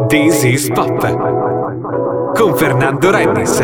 This is Pop con Fernando Rennis.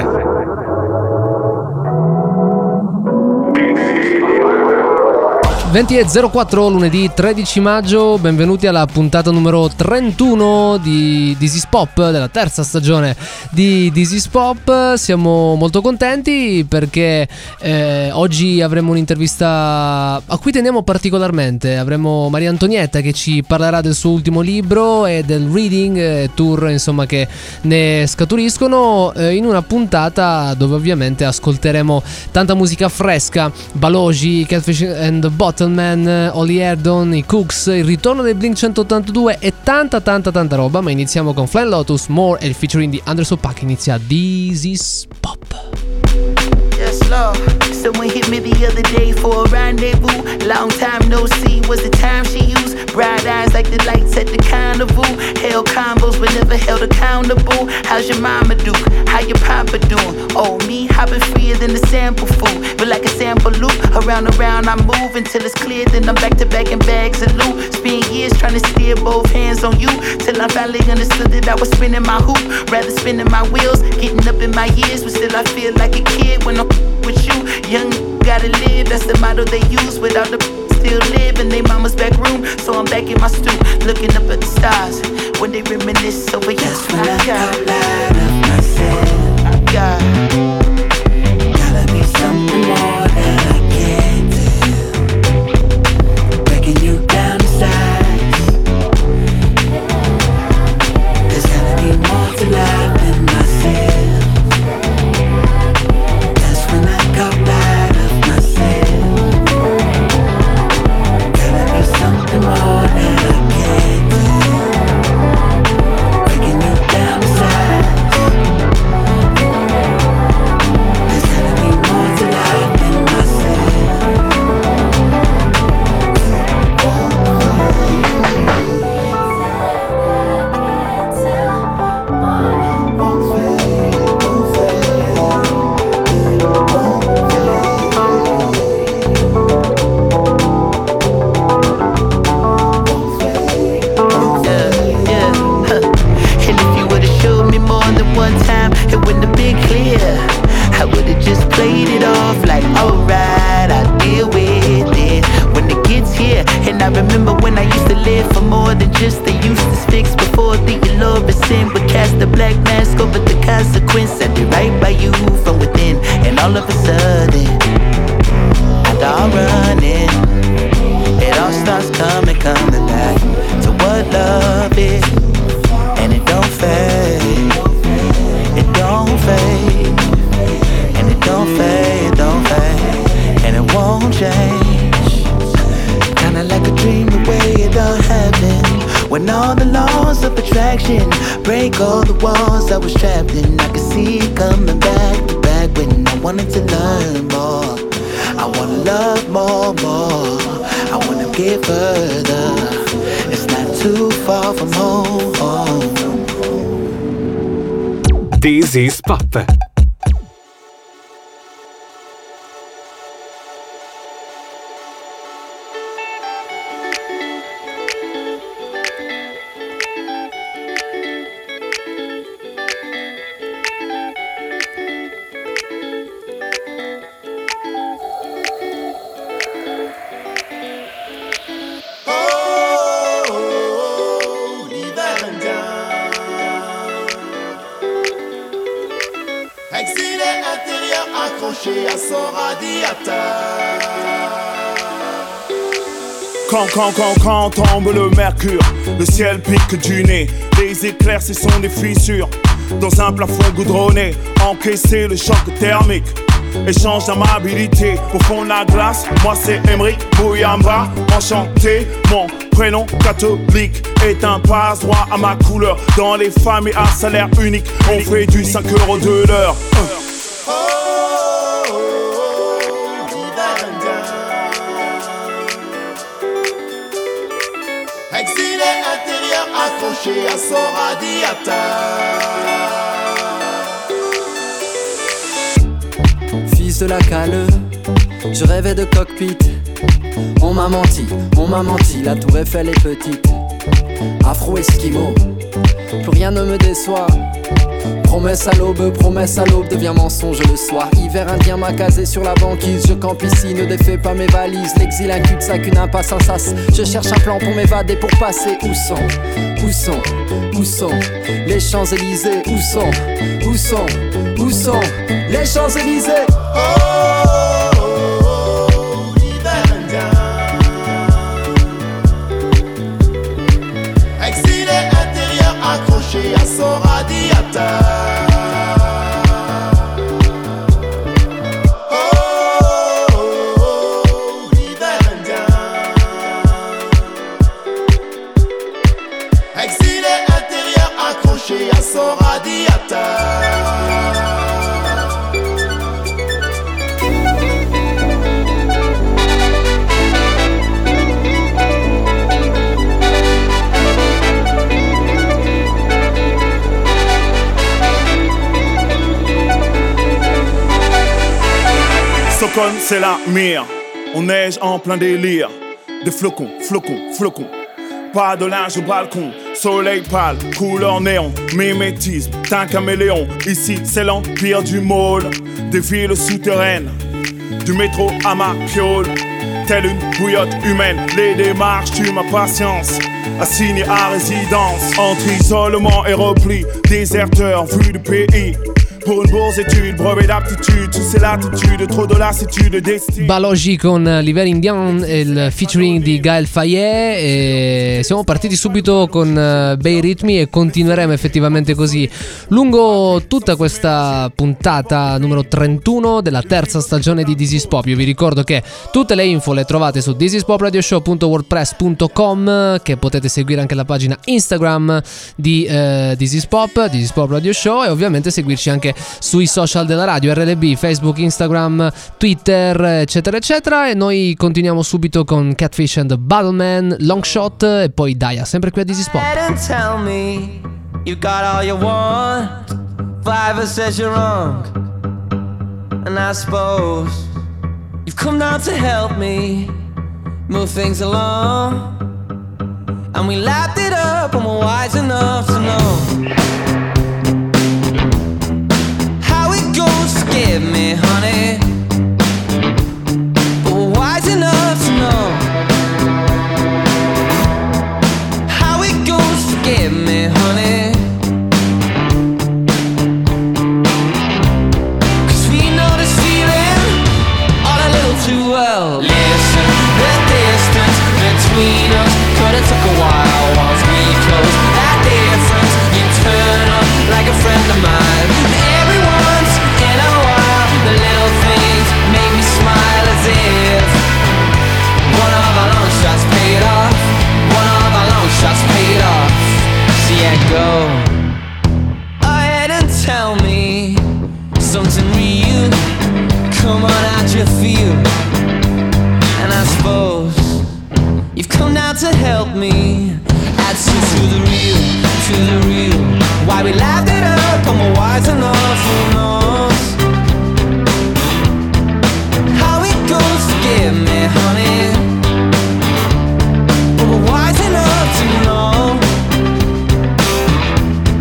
20:04 lunedì 13 maggio, benvenuti alla puntata numero 31 di This is Pop, della terza stagione di This is Pop. Siamo molto contenti perché oggi avremo un'intervista a cui teniamo particolarmente. Avremo Maria Antonietta che ci parlerà del suo ultimo libro e del reading tour, insomma, che ne scaturiscono, in una puntata dove ovviamente ascolteremo tanta musica fresca: Balogi, Catfish and the Bottleman, Olly Erdon, i Cooks, il ritorno del Blink 182 e tanta roba. Ma iniziamo con Flying Lotus, More e il featuring di Anderson .Paak. Inizia This is Pop. Yes, Lord. Someone hit me the other day for a rendezvous. Long time no see was the time she used. Bright eyes like the lights at the carnival. Held combos but never held accountable. How's your mama do? How your papa doing? Oh, me, I've been freer than the sample food. But like a sample loop, around I move until it's clear. Then I'm back to back in bags of loot. Spend years trying to steer both hands on you, till I finally understood that I was spinning my hoop, rather spinning my wheels. Getting up in my years, but still I feel like a kid when I'm with you. Young gotta live, that's the motto they use. Without the still live in they mama's back room. So I'm back in my stoop, looking up at the stars when they reminisce over you. That's when I got light of myself. God, gotta be something more that I can't do. Breaking you down to size. There's gotta be more to life than myself. That's when I got light of myself. Gotta be something more that I can't do. Breaking you down to size. There's gotta be more to life than myself. One time, it wouldn't have been clear. I would've just played it off like, alright, I'll deal with it when it gets here. And I remember when I used to live for more than just the Eustace fix. Before the allure of sin would cast the black mask over the consequence. I did right by you from within, and all of a sudden I start running. It all starts coming back to what love is, and it don't fade. It don't fade, and it don't fade, don't fade, and it won't change. Kinda like a dream the way it all happened. When all the laws of attraction break all the walls I was trapped in. I could see it coming back to back when I wanted to learn more. I wanna love more. I wanna get further. It's not too far from home. This is Pop. À son radiateur. Quand tombe le mercure, le ciel pique du nez. Les éclairs, ce sont des fissures dans un plafond goudronné. Encaisser le choc thermique, échange d'amabilité au fond de la glace. Moi c'est Emric Bouyamba, enchanté. Mon prénom catholique est un passe-droit à ma couleur. Dans les familles à salaire unique, on fait du 5 € de l'heure. Exilé intérieur accroché à son radiateur. Fils de la cale, je rêvais de cockpit. On m'a menti, la tour Eiffel est petite. Afro-esquimau, plus rien ne me déçoit. Promesse à l'aube devient mensonge le soir. Hiver indien m'a casé sur la banquise. Je campe ici, ne défais pas mes valises. L'exil, un cul-de-sac, une impasse, un sas. Je cherche un plan pour m'évader, pour passer. Où sont les Champs-Élysées? Où sont les Champs-Élysées? Hiver indien, exilé intérieur accroché à son radiateur. Hiver indien, exilé intérieur accroché à son radiateur. Stockholm, c'est la mire. On neige en plein délire. Des flocons, flocons, flocons. Pas de linge au balcon. Soleil pâle, couleur néon. Mimétisme, teint caméléon. Ici, c'est l'empire du môle. Des villes souterraines. Du métro à ma piole. Telle une bouillotte humaine. Les démarches tuent ma patience. Assigné à résidence. Entre isolement et repli. Déserteur, vue du pays. Pour une bourse étude, brevet d'aptitude, tu sais l'attitude, trop de lassitude, destin. Balogi con l'Hiver Indien e il featuring di Gaël Faye, e siamo partiti subito con bei ritmi e continueremo effettivamente così lungo tutta questa puntata numero 31 della terza stagione di This Is Pop. Io vi ricordo che tutte le info le trovate su thisispopradioshow.wordpress.com, che potete seguire anche la pagina Instagram di This Is Pop Radio Show, e ovviamente seguirci anche sui social della radio, RLB, Facebook, Instagram, Twitter, eccetera eccetera. E noi continuiamo subito con Catfish and the Battleman, Long Shot e poi Daya, sempre qui a This Is Pop. Tell me you got all you want. Fiverr says you're wrong, and I suppose you've come down to help me move things along. And we lapped it up and we're wise enough to know forgive me, honey, but we're wise enough to know how it goes. Forgive me, honey, 'cause we know this feeling all a little too well. Listen, the distance between us could have took a while once we close that difference. You turn up like a friend of mine. Everyone's the little things make me smile as if one of our long shots paid off. One of our long shots paid off. So yeah, go ahead and tell me something real. Come on out your field. And I suppose you've come down to help me add some to the real. Why we laughed it up and we're wise enough, who knows? Forgive me, honey, but we're wise enough to know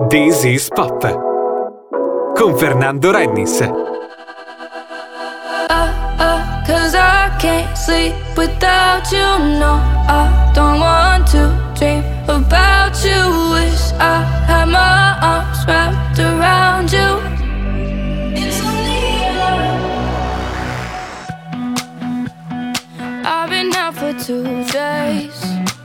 This is Pop con Fernando Rennis. Cause I can't sleep without you. No, I don't want to dream about you. Wish I had my arms wrapped around you. I've been out for 2 days.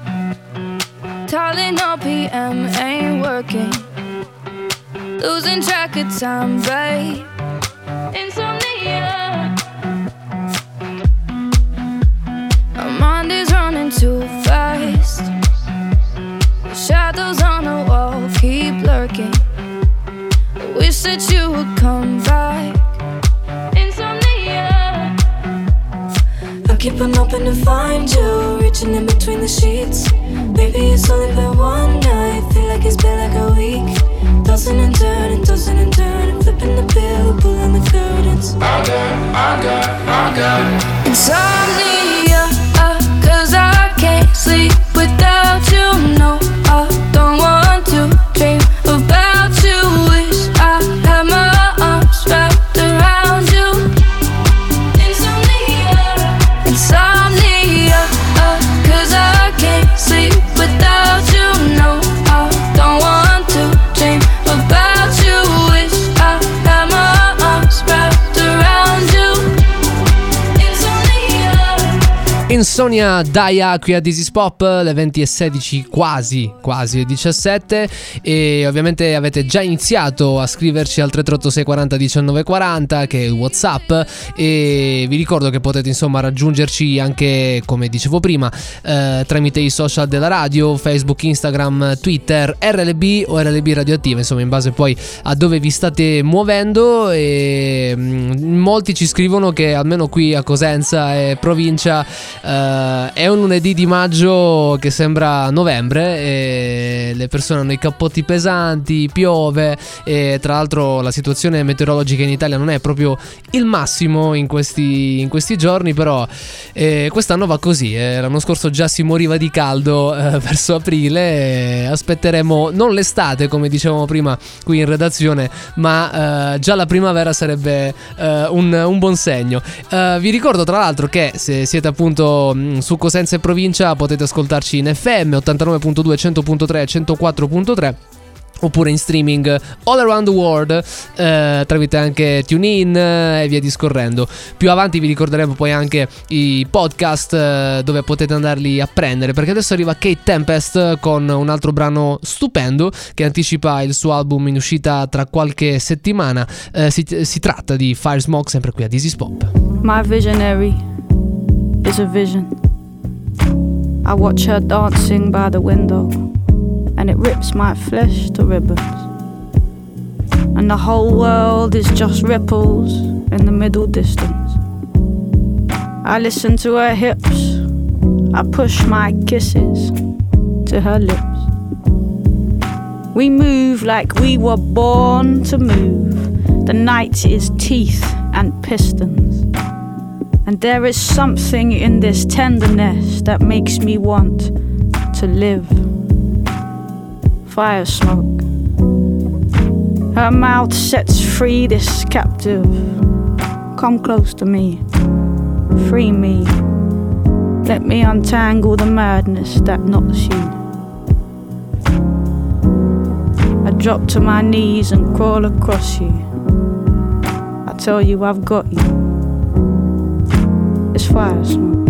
Tylenol PM ain't working. Losing track of time, babe. Insomnia. My mind is running too fast. The shadows on the wall keep lurking. I wish that you would come back. Insomnia. I keep on hoping to find you, reaching in between the sheets. Maybe it's only been one night, feel like it's been like a week. Tossing and turning, flipping the pillow, pulling the curtains. I got insomnia, cause I can't sleep without you. No, I don't want to dream about you. Wish I had my arms wrapped around you. Insomnia, cause I can't sleep without you. No, I don't want to dream about you. Wish I had my arms wrapped around you. Insomnia Daya qui a This is Pop, le 20:16, quasi le 17, e ovviamente avete già iniziato a scriverci al 338 640 1940 che è il WhatsApp, e vi ricordo che potete insomma raggiungerci anche, come dicevo prima, tramite i social della radio, Facebook, Instagram, Twitter, RLB o RLB Radioattiva, insomma in base poi a dove vi state muovendo. E molti ci scrivono che almeno qui a Cosenza e provincia è un lunedì di maggio che sembra novembre, e le persone hanno i cappotti pesanti, piove, e tra l'altro la situazione meteorologica in Italia non è proprio il massimo in questi giorni, però quest'anno va così. L'anno scorso già si moriva di caldo verso aprile, e aspetteremo non l'estate come dicevamo prima qui in redazione, ma già la primavera sarebbe un buon segno. Vi ricordo tra l'altro che se siete appunto su Cosenza e provincia potete ascoltarci in FM 89.2, 100.3, 104.3, oppure in streaming all around the world, tramite anche TuneIn e via discorrendo. Più avanti vi ricorderemo poi anche i podcast dove potete andarli a prendere, perché adesso arriva Kate Tempest con un altro brano stupendo che anticipa il suo album in uscita tra qualche settimana. Si tratta di Fire Smoke, sempre qui a This is Pop. My visionary is a vision. I watch her dancing by the window, and it rips my flesh to ribbons. And the whole world is just ripples in the middle distance. I listen to her hips, I push my kisses to her lips. We move like we were born to move. The night is teeth and pistons. And there is something in this tenderness that makes me want to live. Fire smoke. Her mouth sets free this captive. Come close to me. Free me. Let me untangle the madness that knots you. I drop to my knees and crawl across you. I tell you I've got you. It's fire smoke.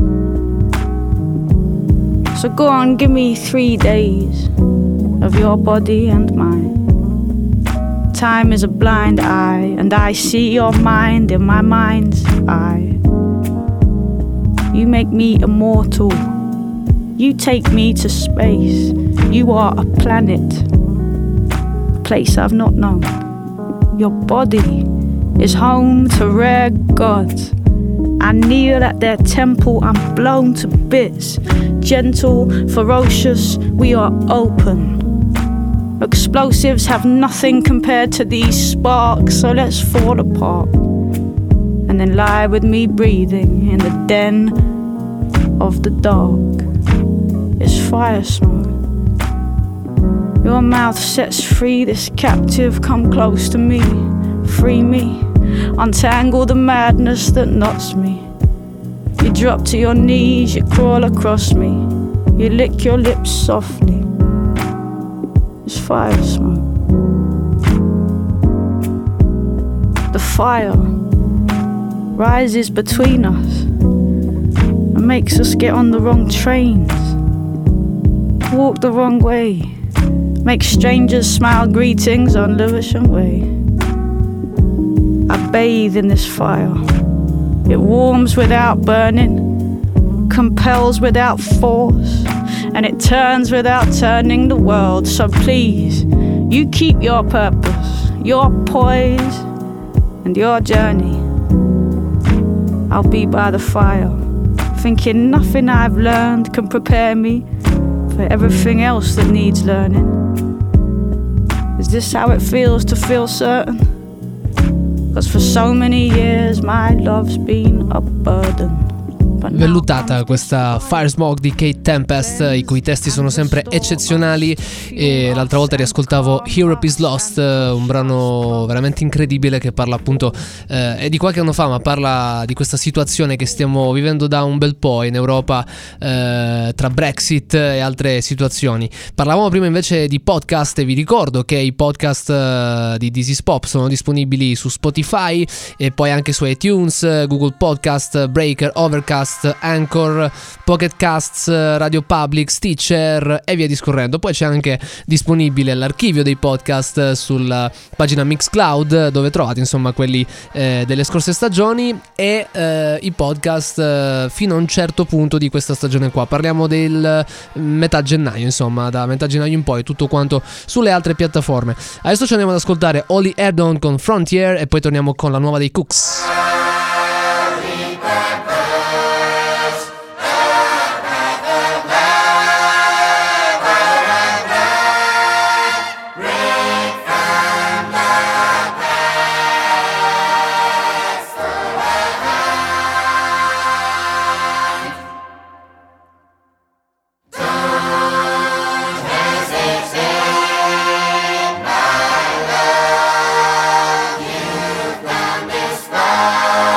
So go on, give me 3 days of your body and mine. Time is a blind eye, and I see your mind in my mind's eye. You make me immortal. You take me to space. You are a planet, a place I've not known. Your body is home to rare gods. I kneel at their temple, I'm blown to bits. Gentle, ferocious, we are open. Explosives have nothing compared to these sparks, so let's fall apart. And then lie with me breathing in the den of the dark. It's fire smoke. Your mouth sets free this captive, come close to me, free me, untangle the madness that knots me. You drop to your knees, you crawl across me, you lick your lips softly. It's fire smoke. The fire rises between us and makes us get on the wrong trains, walk the wrong way, make strangers smile greetings on Lewisham Way. I bathe in this fire. It warms without burning, compels without force, and it turns without turning the world. So please, you keep your purpose, your poise, and your journey. I'll be by the fire, thinking nothing I've learned can prepare me for everything else that needs learning. Is this how it feels to feel certain? 'Cause for so many years my love's been a burden. Vellutata questa Fire Smoke di Kate Tempest, i cui testi sono sempre eccezionali. E l'altra volta riascoltavo Europe is Lost, un brano veramente incredibile che parla appunto è di qualche anno fa, ma parla di questa situazione che stiamo vivendo da un bel po' in Europa, tra Brexit e altre situazioni. Parlavamo prima invece di podcast e vi ricordo che i podcast di This Is Pop sono disponibili su Spotify e poi anche su iTunes, Google Podcast, Breaker, Overcast, Anchor, Pocket Casts, Radio Public, Stitcher e via discorrendo. Poi c'è anche disponibile l'archivio dei podcast sulla pagina Mixcloud, dove trovate insomma quelli delle scorse stagioni e i podcast fino a un certo punto di questa stagione qua. Parliamo del metà gennaio, insomma da metà gennaio in poi tutto quanto sulle altre piattaforme. Adesso ci andiamo ad ascoltare Ollie Erdon con Frontier e poi torniamo con la nuova dei Cooks. Fire.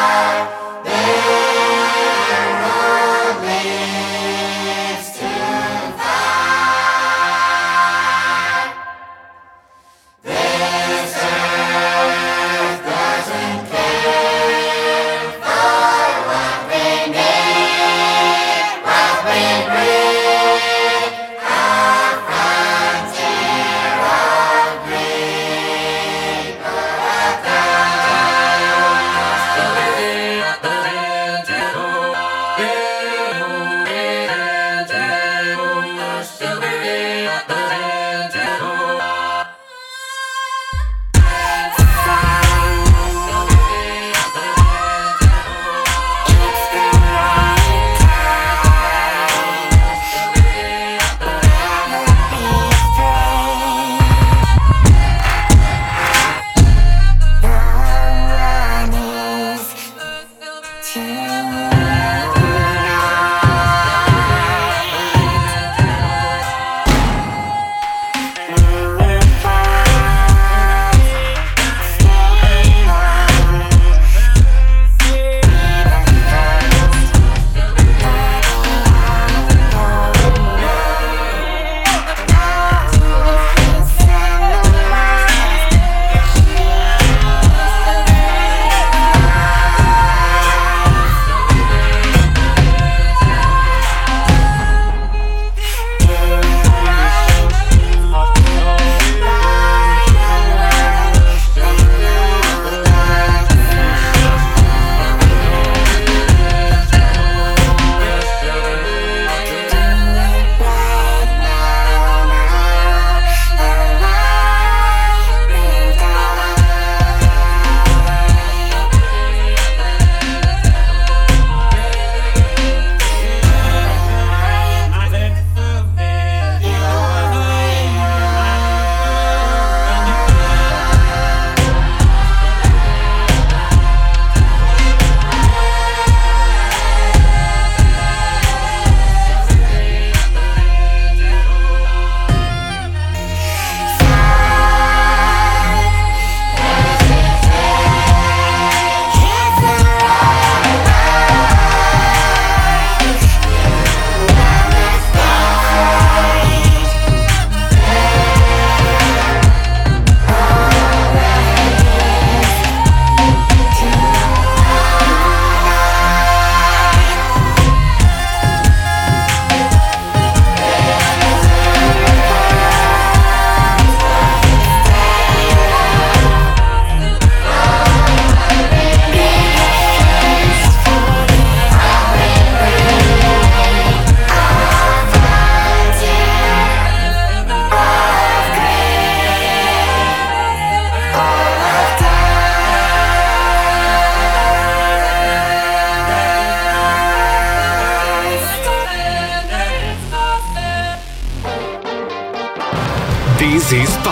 This is Pop.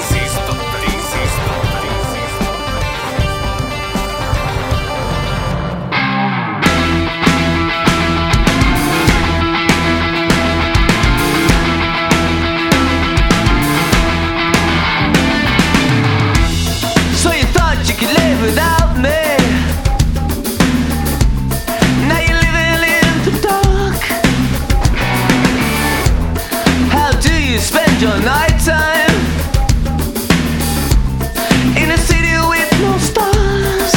So you thought you could live without me. Now you're living in the dark. How do you spend your night time in a city with no stars?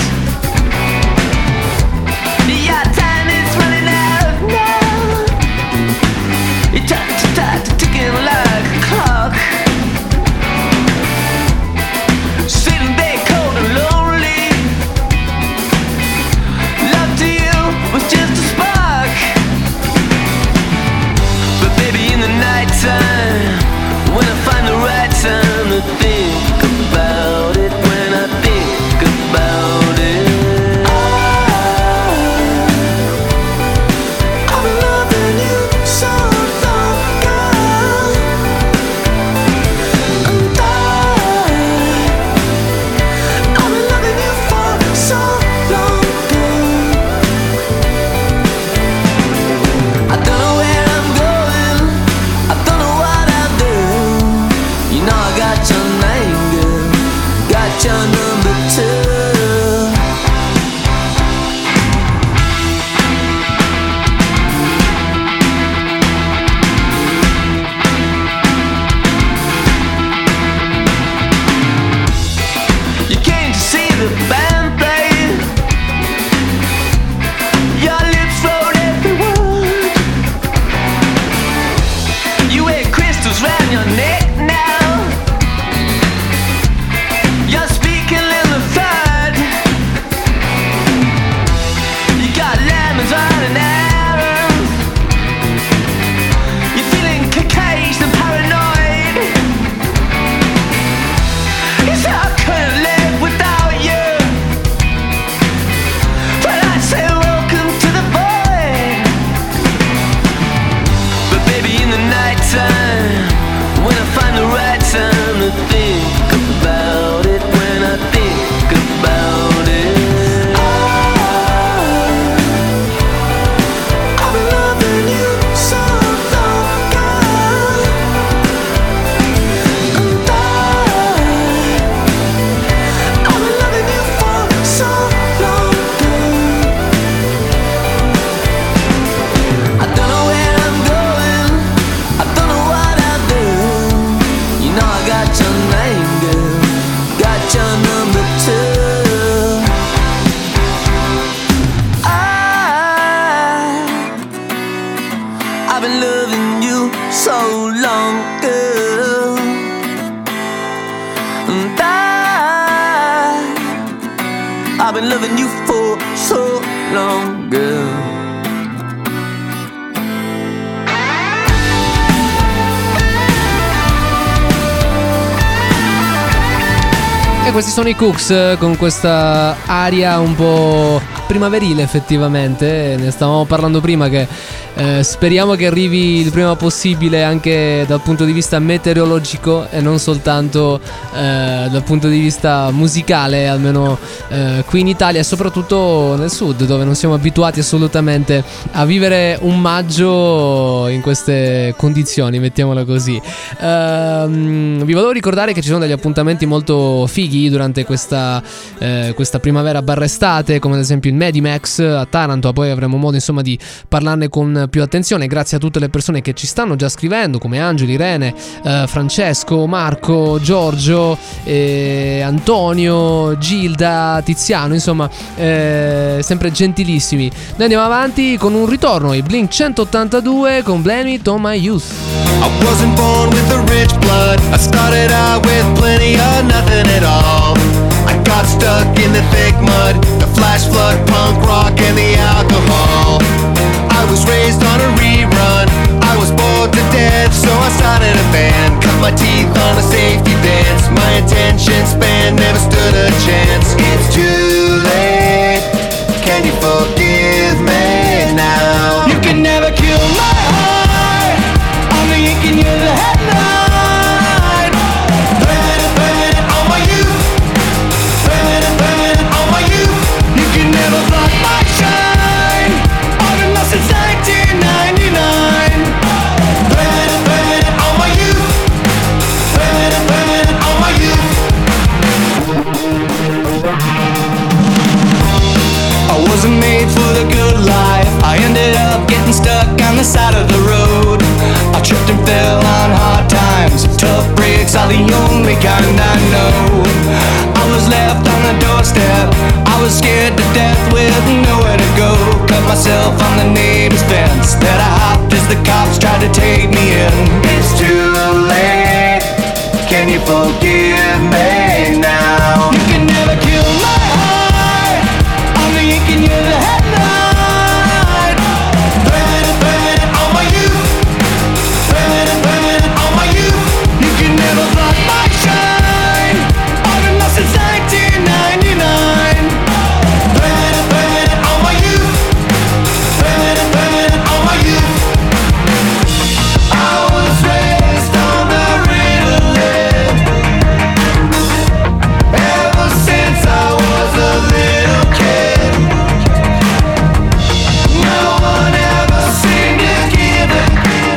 Your time is running out now. Your time ticking like a clock. Sitting there cold and lonely. Love to you was just a spark. But baby, in the night time, when I find the right time to think about it, when I think about it, I've been loving you so long, girl. And I've been loving you for so long, girl. I don't know where I'm going, I don't know what I'll do. You know I got your name, girl, got your number too. You came to see the band play. Your lips wrote every word. You wear crystals round your neck now. You're speaking in the third. You got lemons running errands. You're feeling Caucasian and paranoid. You said I couldn't live without you, but I say welcome to the void. But baby, in the night time, when I find the right time to think about it, when I think about it, I've been loving you so long, girl. And I've been loving you for so long, girl. I don't know where I'm going, I don't know what I'll do. You know I got your name, girl, got your number too. I've been loving you so long, girl. And I've been loving you for so long, girl. E questi sono i Cooks con questa aria un po' primaverile effettivamente. Ne stavamo parlando prima che speriamo che arrivi il prima possibile anche dal punto di vista meteorologico e non soltanto dal punto di vista musicale, almeno qui in Italia e soprattutto nel sud, dove non siamo abituati assolutamente a vivere un maggio in queste condizioni, mettiamola così. Vi volevo ricordare che ci sono degli appuntamenti molto fighi durante questa primavera barra estate, come ad esempio il Medimax a Taranto. Poi avremo modo insomma di parlarne con più attenzione, grazie a tutte le persone che ci stanno già scrivendo, come Angelo, Irene, Francesco, Marco, Giorgio, Antonio, Gilda, Tiziano, insomma sempre gentilissimi. Noi andiamo avanti con un ritorno, i Blink 182 con Blame It On My Youth. I wasn't born with a rich blood, I started out with plenty of nothing at all. I got stuck in the thick mud, the flash flood, punk rock and the alcohol. I was raised on a rerun, I was bored to death, so I started a band. Cut my teeth on a safety dance, my attention span never stood a chance. It's too late, can you forgive me now? You can never kill my heart, I'm the ink in your headline. are the only kind I know. I was left on the doorstep, I was scared to death with nowhere to go. Cut myself on the neighbor's fence that I hopped as the cops tried to take me in. It's too late, can you forgive me now? You can never kill my heart, I'm the ink and you're the headline. Burn it on my youth, burn it on my youth. You can never block my shine, I've been lost since 1999. Burn it on my youth, burn it on my youth. I was raised on the river, ever since I was a little kid. No one ever seemed to give it,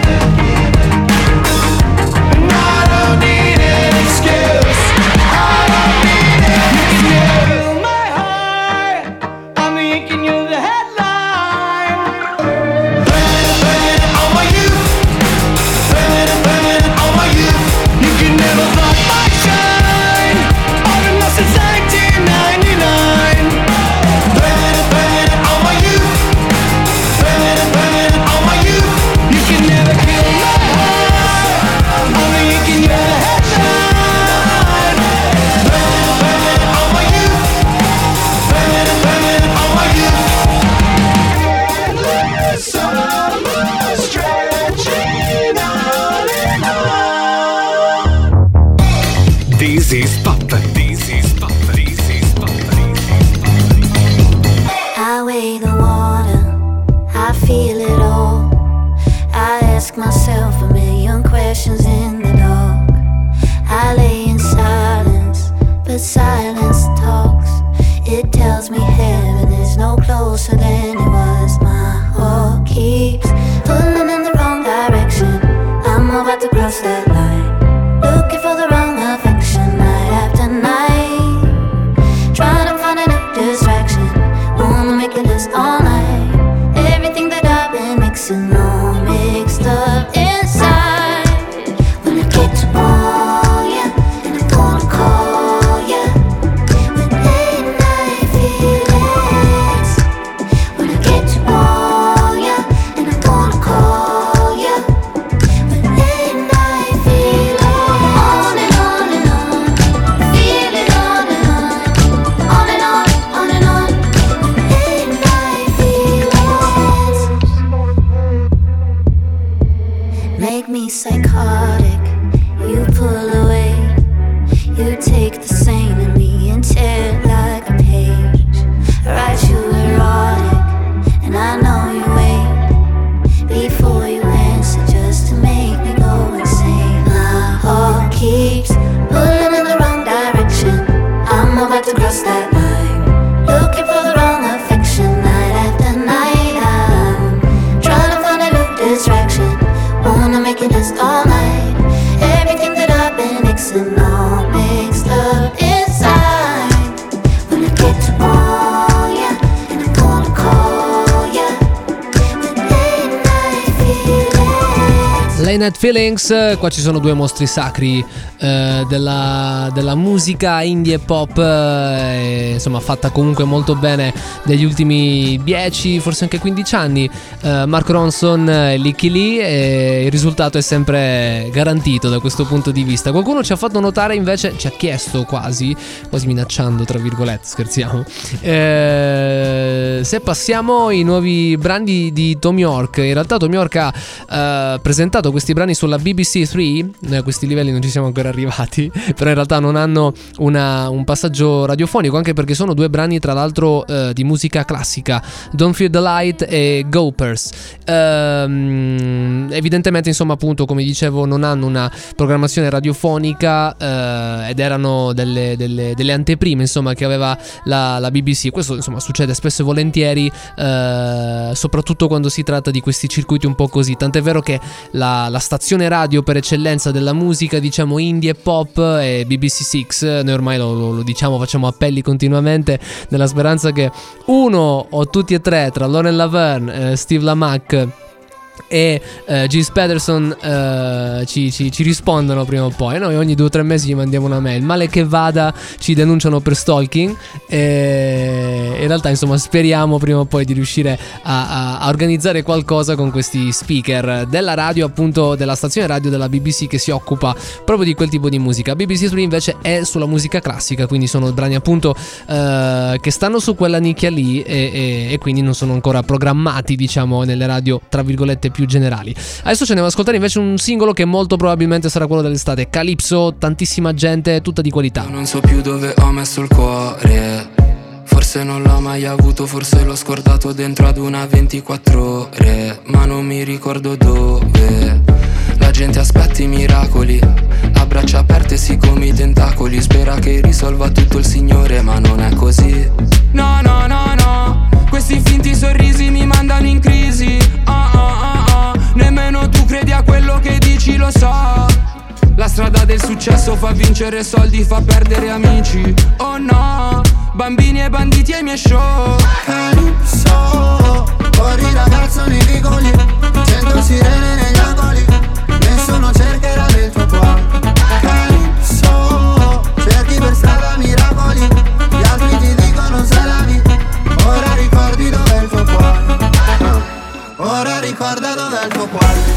and I don't need an excuse. I don't need an excuse. My heart, I'm the ink and you're the headline. Burn it on my youth, burn it on my youth. You can never block my shine, I've been lost since 1999. Burn it on my youth, burn it on my youth. You can never kill my heart, I'm the ink and you're the headline. Burn it on my youth, burn it on my youth. Stretching on and on. This is Pop. This is Pop. This is Pop. I weigh the water, I feel it all. I ask myself a million questions in the dark. I lay in silence, but silence talks. It tells me heaven is no closer than it was. My heart keeps pulling in the wrong direction. I'm about to cross that line, looking for the wrong affection night after night. Trying to find a new distraction, wanna make it last all night. Everything that I've been mixing all mixed up inside. When I get to want ya, and I'm gonna call ya with late night feelings. When I get to want ya, and I'm gonna call ya with late night feelings. On and on and on, feel it on and on and on, on and on. Late night feelings make me psychotic. You pull away, you take the sane in me and tear it like a page. Write you erotic, and I know you wait before you answer just to make me go insane. My heart keeps pulling in the wrong direction. I'm about to cross that line, looking for the wrong affection night after night. I'm trying to find a new distraction, wanna make it last all night. Everything that I've been mixing all mixed up inside. When I get to want ya, and I'm gonna call ya with late night feelings. Late Night Feelings, qua ci sono due mostri sacri della musica indie e pop, insomma fatta comunque molto bene negli ultimi 10, forse anche 15 anni. Mark Ronson e Licky Lee, e il risultato è sempre garantito da questo punto di vista. Qualcuno ci ha fatto notare invece, ci ha chiesto quasi minacciando tra virgolette, scherziamo, se passiamo i nuovi brani di Thom Yorke. In realtà Thom Yorke ha presentato questi brani sulla BBC 3, a questi livelli non ci siamo ancora arrivati, però in realtà non hanno un passaggio radiofonico, anche perché sono due brani tra l'altro di musica classica, Don't Fear the Light e Gophers. Evidentemente, insomma, appunto, come dicevo, non hanno una programmazione radiofonica, ed erano delle anteprime, insomma, che aveva la BBC. Questo, insomma, succede spesso e volentieri, soprattutto quando si tratta di questi circuiti un po' così, tant'è vero che la stazione radio per eccellenza della musica, diciamo, indie e pop è BBC Six. Noi ormai lo diciamo, facciamo appelli continuamente nella speranza che uno o tutti e tre, tra Lauren Laverne, Steve Lamacq e Gilles Peterson ci rispondono prima o poi. Noi ogni 2 o 3 mesi gli mandiamo una mail. Male che vada, ci denunciano per stalking, e in realtà insomma speriamo prima o poi di riuscire a organizzare qualcosa con questi speaker della radio, appunto della stazione radio della BBC che si occupa proprio di quel tipo di musica. BBC 3 invece è sulla musica classica, quindi sono brani appunto che stanno su quella nicchia lì e quindi non sono ancora programmati, diciamo, nelle radio tra virgolette più generali. Adesso ce ne andiamo ad ascoltare invece un singolo che molto probabilmente sarà quello dell'estate. Calypso, tantissima gente, tutta di qualità. Non so più dove ho messo il cuore, forse non l'ho mai avuto, forse l'ho scordato dentro ad una 24 ore, ma non mi ricordo dove. La gente aspetta i miracoli, a braccia aperte sì come i tentacoli, spera che risolva tutto il Signore, ma non è così. No, no, no, no, questi finti sorrisi mi mandano in crisi. Nemmeno tu credi a quello che dici, lo so. La strada del successo fa vincere soldi, fa perdere amici. Oh no, bambini e banditi ai miei show. Calypso, fuori ragazzo nei vicoli, 100 sirene negli angoli, nessuno cercherà del tuo cuore. Calypso, cerchi per strada miracoli, gli altri ti dicono se la vivi. Ora ricordi dov'è il tuo cuore, ora ricorda dov'è il tuo cuore.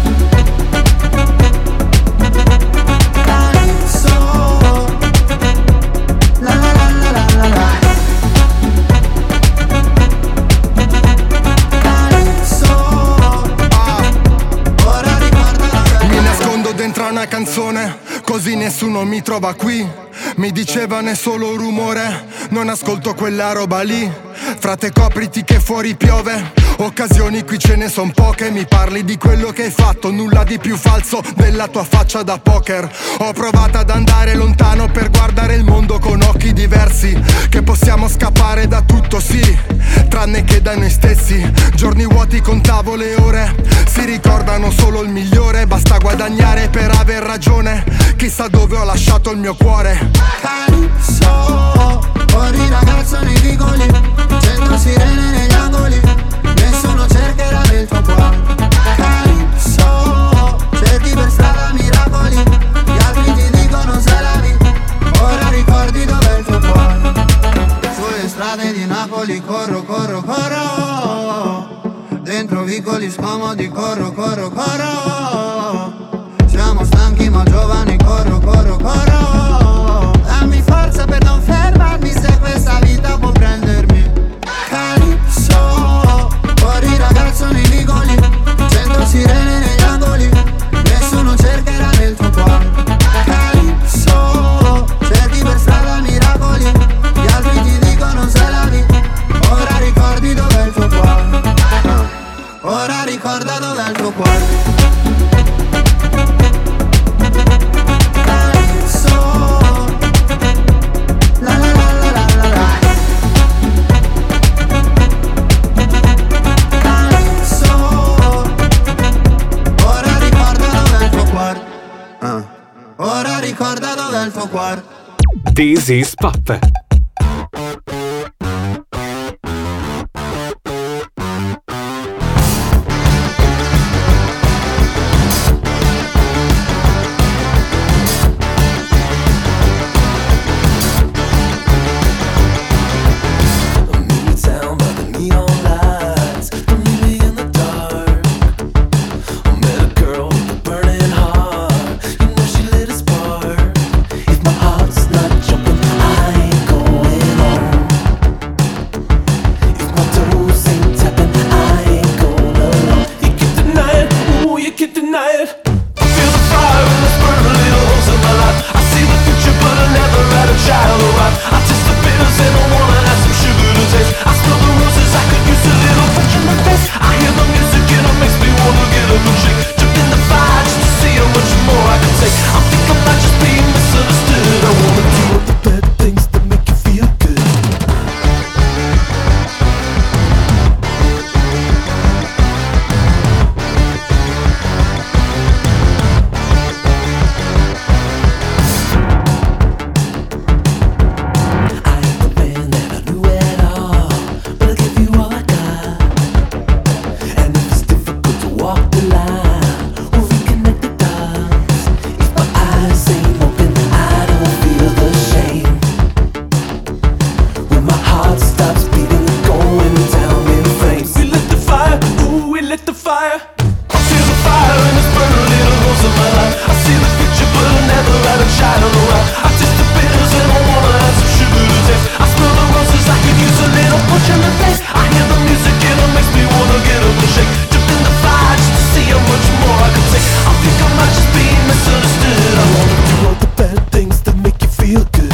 Dentro una canzone, così nessuno mi trova qui. Mi dicevano è solo rumore, non ascolto quella roba lì. Frate copriti che fuori piove, occasioni qui ce ne son poche. Mi parli di quello che hai fatto, nulla di più falso della tua faccia da poker. Ho provato ad andare lontano per guardare il mondo con occhi diversi, che possiamo scappare da tutto sì, tranne che da noi stessi. Giorni vuoti contavo le ore, si ricordano solo il migliore. Basta guadagnare per aver ragione, chissà dove ho lasciato il mio cuore. Calypso, fuori ragazzo nei vicoli, 100 sirene negli angoli, nessuno cercherà del tuo cuore. Calypso, cerchi per strada miracoli, gli altri ti dicono se la vivi. Ora ricordi dov'è il tuo cuore. Sulle strade di Napoli corro, corro, corro, dentro vicoli scomodi corro, corro, corro. Siamo stanchi ma giovani, corro, corro, corro. Dammi forza per non fermarmi se questa vita può prendermi. Calypso, fuori ragazzo nei vicoli, 100 sirene negli angoli, nessuno cercherà del tuo cuore. Calypso, cerchi per strada miracoli, gli altri ti dicono se la vivi. Ora ricordi dov'è il tuo cuore, ora ricorda dov'è il tuo cuore. Ora ricorda dov'è il tuo cuore. This is Pop. If my heart's not jumping, I ain't going. fire. I feel the fire and it's burning the holes in my life. I see the picture but I never let it shine on the right. I taste the bitters and I wanna have some sugar to taste. I smell the roses, I could use a little punch in the face. I hear the music and it makes me wanna get up and shake. Jump in the fire just to see how much more I can take. I think I might just be misunderstood. I wanna do all the bad things that make you feel good.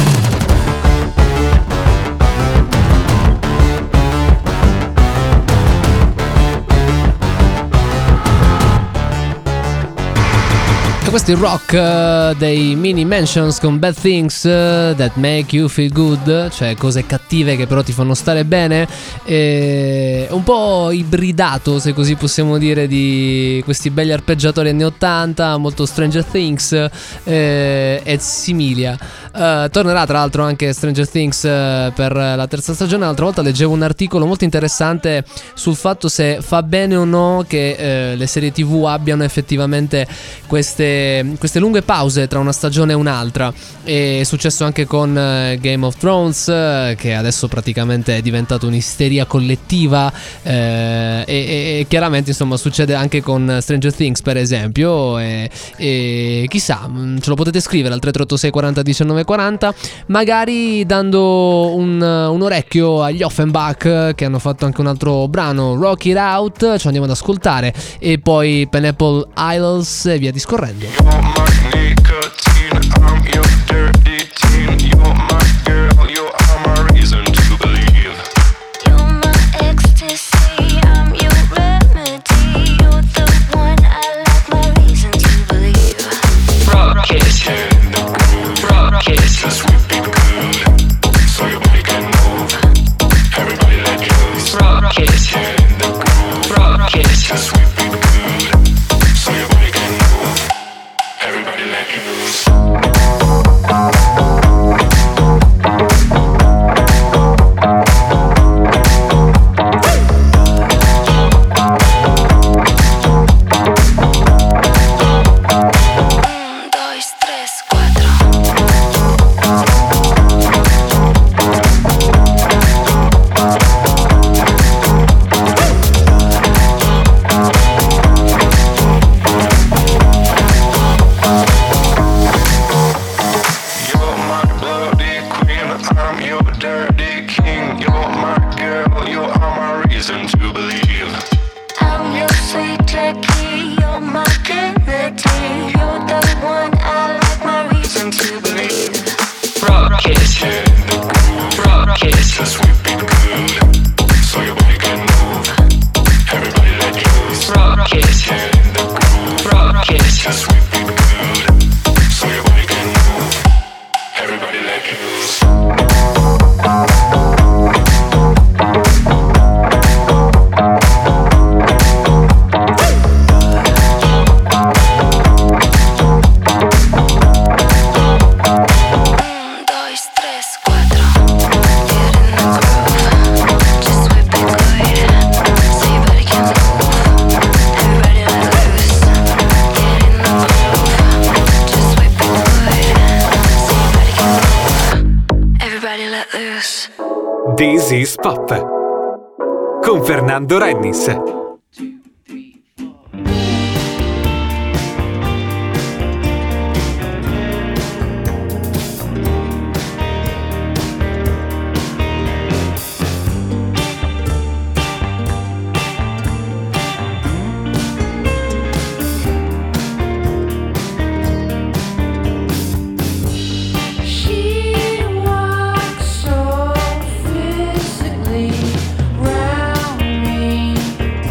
Questo è il rock dei Mini Mansions con Bad Things That Make You Feel Good, cioè cose cattive che però ti fanno stare bene. Un po' ibridato, se così possiamo dire, di questi belli arpeggiatori anni 80, molto Stranger Things e similia. Tornerà tra l'altro anche Stranger Things per la terza stagione. L'altra volta leggevo un articolo molto interessante sul fatto se fa bene o no che le serie TV abbiano effettivamente queste lunghe pause tra una stagione e un'altra. È successo anche con Game of Thrones, che adesso praticamente è diventato un'isteria collettiva, e chiaramente insomma succede anche con Stranger Things per esempio, e chissà, ce lo potete scrivere al 3386 40 19 40, magari dando un orecchio agli Offenbach, che hanno fatto anche un altro brano, Rock It Out, ce lo andiamo ad ascoltare, e poi Pineapple Isles e via discorrendo. You're my nicotine, I'm your dirty teen. You're my girl, you are my reason to believe. You're my ecstasy, I'm your remedy. You're the one I like, my reason to believe. Rock it, rock it, 'cause we've been good, so your body can move. Everybody let loose. Rock it, rock it, 'cause we've been good, so your body can move. Everybody let loose. This is Pop con Fernando Rennis. Physically round me.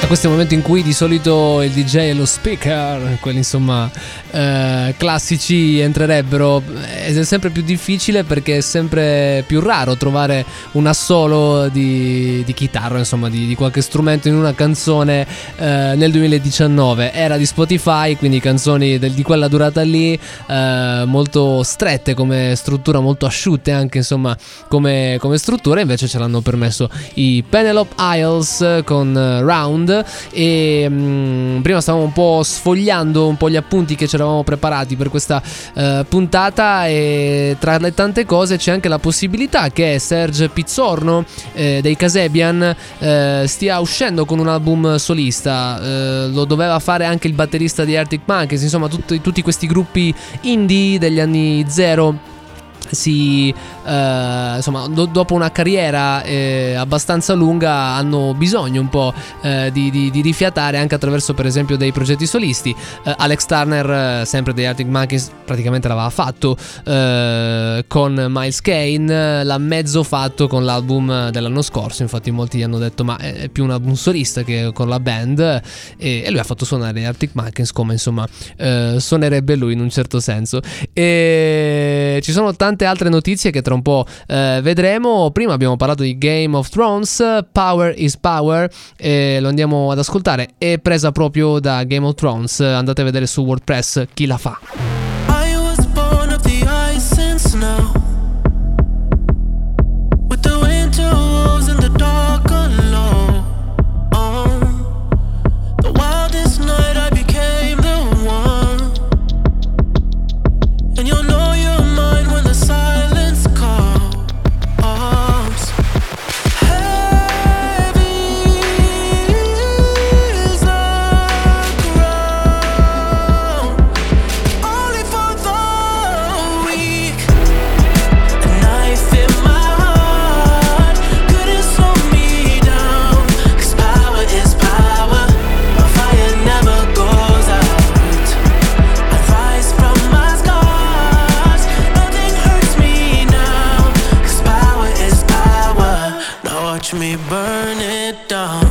Questo è il momento in cui di solito il DJ e lo speaker, quelli insomma classici, entrerebbero. È sempre più difficile perché è sempre più raro trovare un assolo di chitarra, insomma di qualche strumento in una canzone nel 2019. Era di Spotify, quindi canzoni di quella durata lì, molto strette come struttura, molto asciutte anche insomma come struttura. Invece ce l'hanno permesso i Penelope Isles con Round. E prima stavamo un po' sfogliando un po' gli appunti che ci eravamo preparati per questa puntata, e tra le tante cose c'è anche la possibilità che Serge Pizzorno dei Kasabian stia uscendo con un album solista. Lo doveva fare anche il batterista di Arctic Monkeys, insomma tutti questi gruppi indie degli anni zero insomma dopo una carriera abbastanza lunga hanno bisogno un po' di rifiatare anche attraverso per esempio dei progetti solisti. Alex Turner sempre dei Arctic Monkeys praticamente l'aveva fatto con Miles Kane, l'ha mezzo fatto con l'album dell'anno scorso, infatti molti gli hanno detto ma è più un album solista che con la band, e lui ha fatto suonare gli Arctic Monkeys come insomma suonerebbe lui in un certo senso. E ci sono tante altre notizie che tra un po' vedremo. Prima abbiamo parlato di Game of Thrones, Power is Power, lo andiamo ad ascoltare, è presa proprio da Game of Thrones. Andate a vedere su WordPress chi la fa. I was born of the ice and snow, with the winter wolves and the dark alone. The wildest night I became the one, and you'll know you're mine when the silence comes. Heavy is the ground, only for the weak. A knife in my heart couldn't slow me down, 'cause power is power, my fire never goes out. I rise from my scars, nothing hurts me now, 'cause power is power. Now watch me burn it down.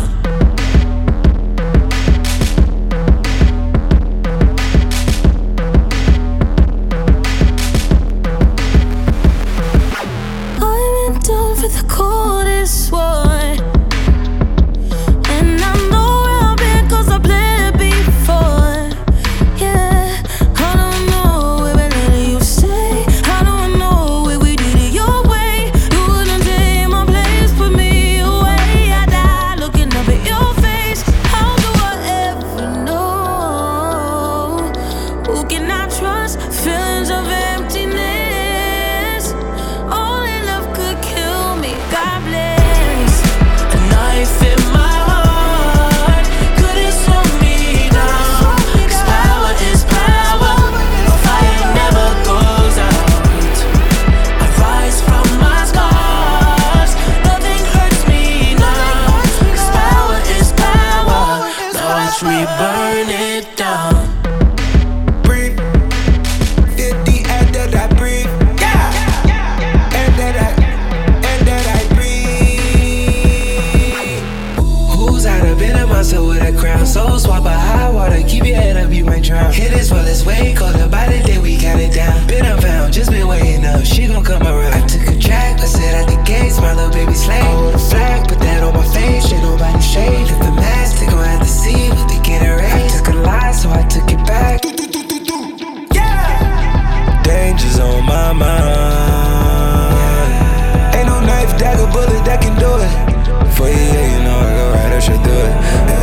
I went down for the coldest one, and I know where I've been 'cause I played before. Yeah, I don't know where we let you stay, I don't know where we did it your way. You wouldn't take my place, put me away. I die looking up at your face. How do I ever know? Who can I trust? Feelings of emptiness, only love could kill me. God bless. A knife in my heart couldn't slow me down, 'cause power is power, my fire never goes out. I rise from my scars, nothing hurts me now, 'cause power is power. Now watch me burn it down. Breathe, 50 and that I breathe, yeah, and that I breathe. Who's out of bed of myself with a crown? So swap a high water, keep your head up, you might drown. Hit as well as way, call the by the day we got it down. Been unfound, just been waiting up, she gon' come around. I took a track, I said at the gates, my little baby slave. I hold a flag, put that on my face, ain't nobody shade. Lift the mask, they gon' have to see what they get erased. I took a lie, so I took it back. Danger's on my mind. Ain't no knife, dagger, bullet that can do it. For you, yeah, you know I go right, I should do it.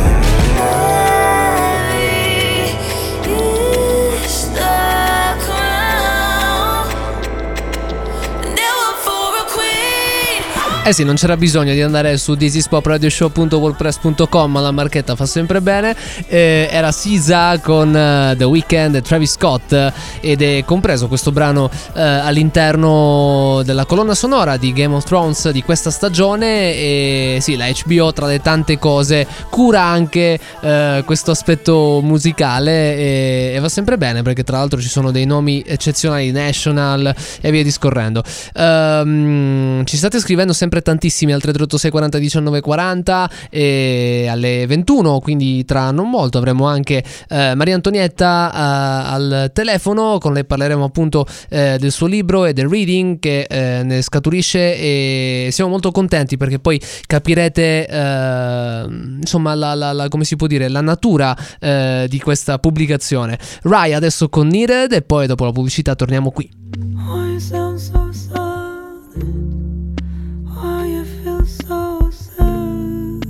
Is the crown, never for a queen. Eh sì, non c'era bisogno di andare su thisispopradioshow.wordpress.com, la marchetta fa sempre bene. Era SZA con The Weeknd e Travis Scott, ed è compreso questo brano all'interno della colonna sonora di Game of Thrones di questa stagione. E sì, la HBO tra le tante cose cura anche questo aspetto musicale, e va sempre bene perché tra l'altro ci sono dei nomi eccezionali, National e via discorrendo. Ci state scrivendo sempre altrettantissimi al 336 40 19 40 e alle 21, quindi tra non molto avremo anche Maria Antonietta al telefono. Con lei parleremo appunto del suo libro e del reading che ne scaturisce, e siamo molto contenti perché poi capirete insomma come si può dire, la natura di questa pubblicazione. Rai adesso con Needed e poi dopo la pubblicità torniamo qui. Why you sound so silent? Why you feel so sad?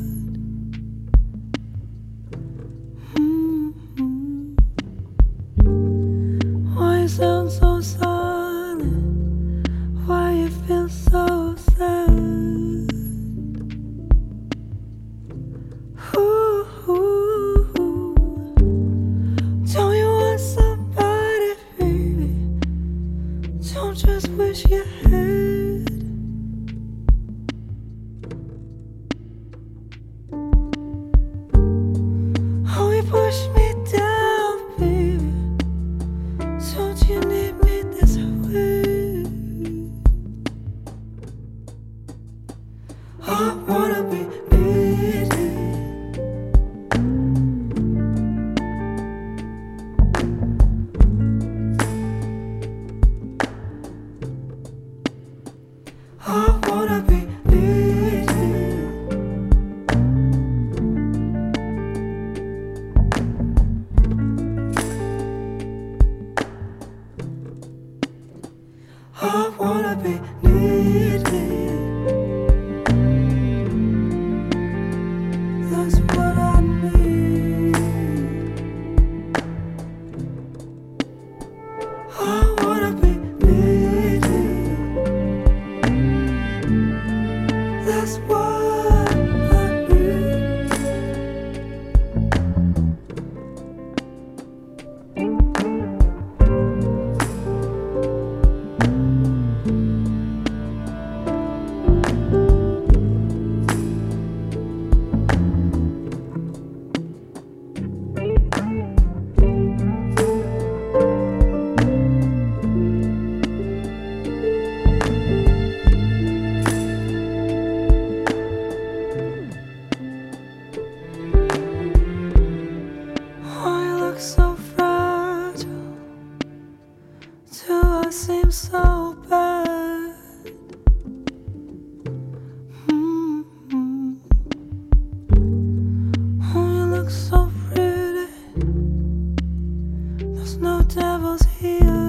Why you sound so silent? Why you feel so sad? Don't you want somebody, baby? Don't just wish you had. Oh, you push me down, baby. Don't you need me this way? I wanna be needed. I wanna be needed. I wanna be needed. That's what I need. I wanna be needed. That's what I need. Oh, you look so fragile. Do I seem so bad? Oh, you look so pretty. There's no devils here.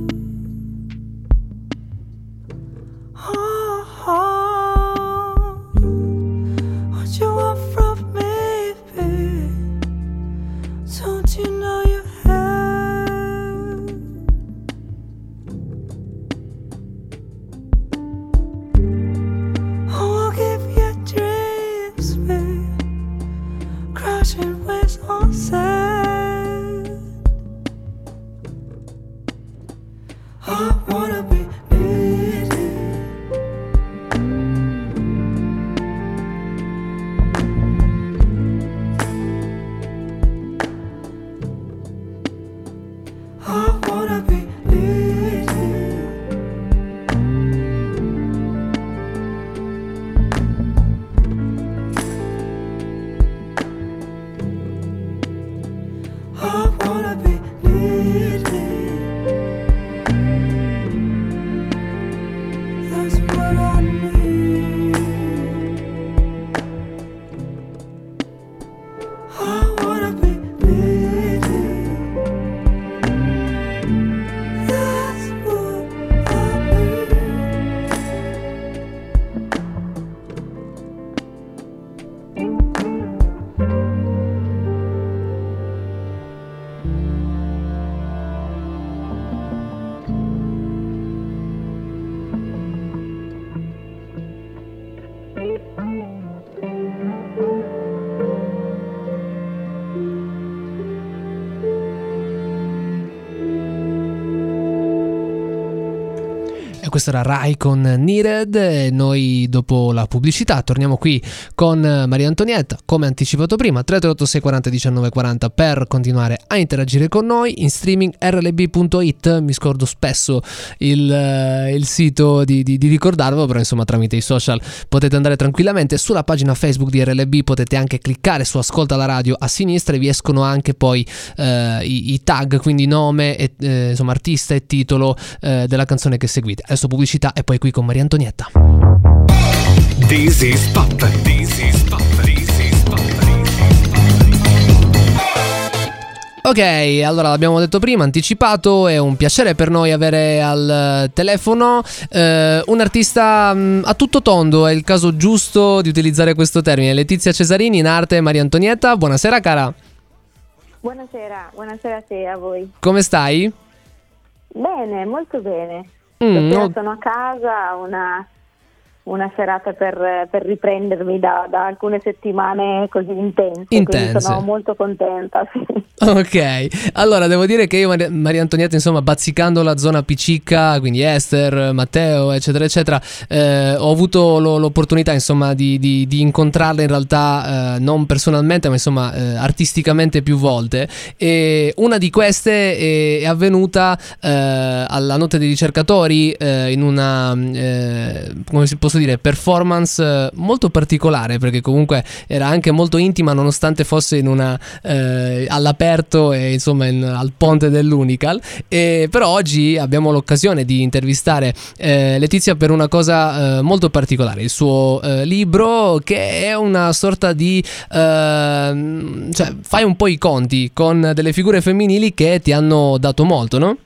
Oh, what you want from me, baby? Don't you know you have? E questo era Rai con Needed, e noi dopo la pubblicità torniamo qui con Maria Antonietta, come anticipato prima, 338 640 1940 per continuare a interagire con noi. In streaming rlb.it, mi scordo spesso il sito di ricordarvelo, però insomma tramite i social potete andare tranquillamente. Sulla pagina Facebook di RLB potete anche cliccare su Ascolta la radio a sinistra e vi escono anche poi i tag, quindi nome, insomma artista e titolo della canzone che seguite. Adesso pubblicità e poi qui con Maria Antonietta. This is Pop. This is Pop. This is Pop. Ok, allora l'abbiamo detto prima, anticipato, è un piacere per noi avere al telefono un artista a tutto tondo, è il caso giusto di utilizzare questo termine. Letizia Cesarini, in arte Maria Antonietta, buonasera cara. Buonasera a te, a voi. Come stai? Bene, molto bene. Sono a casa, una serata per riprendermi da alcune settimane così intense. Quindi sono molto contenta, sì. Ok, allora devo dire che io Maria Antonietta, insomma, bazzicando la zona Picicca, quindi Esther, Matteo, eccetera eccetera, ho avuto l'opportunità, insomma, di incontrarla in realtà non personalmente, ma insomma artisticamente più volte, e una di queste è avvenuta alla Notte dei Ricercatori, in una come si posso dire, performance molto particolare, perché comunque era anche molto intima nonostante fosse in una all'aperto e insomma al ponte dell'Unical. Però oggi abbiamo l'occasione di intervistare Letizia per una cosa molto particolare, il suo libro, che è una sorta di cioè fai un po' i conti con delle figure femminili che ti hanno dato molto, no?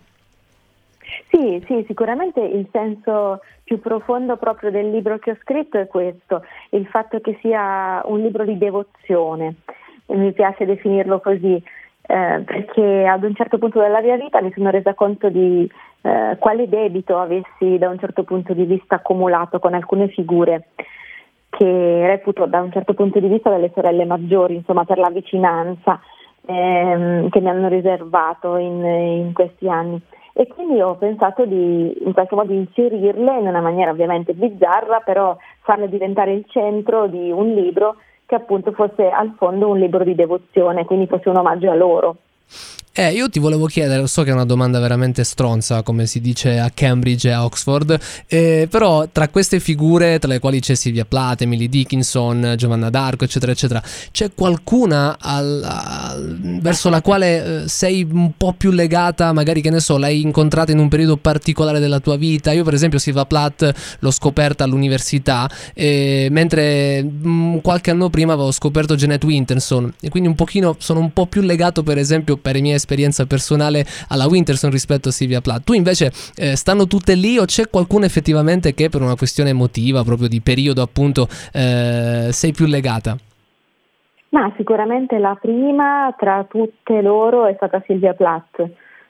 Sì, sicuramente il senso più profondo proprio del libro che ho scritto è questo, il fatto che sia un libro di devozione, e mi piace definirlo così, perché ad un certo punto della mia vita mi sono resa conto di quale debito avessi da un certo punto di vista accumulato con alcune figure che reputo da un certo punto di vista delle sorelle maggiori, insomma, per la vicinanza che mi hanno riservato in questi anni. E quindi ho pensato di in qualche modo inserirle in una maniera ovviamente bizzarra, però farle diventare il centro di un libro che appunto fosse al fondo un libro di devozione, quindi fosse un omaggio a loro. Io ti volevo chiedere, so che è una domanda veramente stronza, come si dice a Cambridge e a Oxford, però tra queste figure, tra le quali c'è Sylvia Plath, Emily Dickinson, Giovanna d'Arco, eccetera eccetera, c'è qualcuna verso la quale sei un po' più legata, magari, che ne so, l'hai incontrata in un periodo particolare della tua vita? Io per esempio Sylvia Plath l'ho scoperta all'università, mentre qualche anno prima avevo scoperto Jeanette Winterson, e quindi un pochino sono un po' più legato, per esempio, per i miei esperienza personale, alla Winterson rispetto a Sylvia Plath. Tu invece stanno tutte lì, o c'è qualcuno effettivamente che per una questione emotiva, proprio di periodo appunto, sei più legata? Ma sicuramente la prima tra tutte loro è stata Sylvia Plath,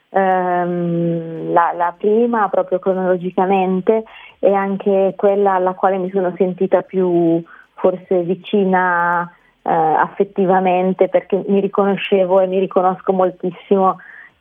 la prima proprio cronologicamente, e anche quella alla quale mi sono sentita più forse vicina affettivamente, perché mi riconoscevo e mi riconosco moltissimo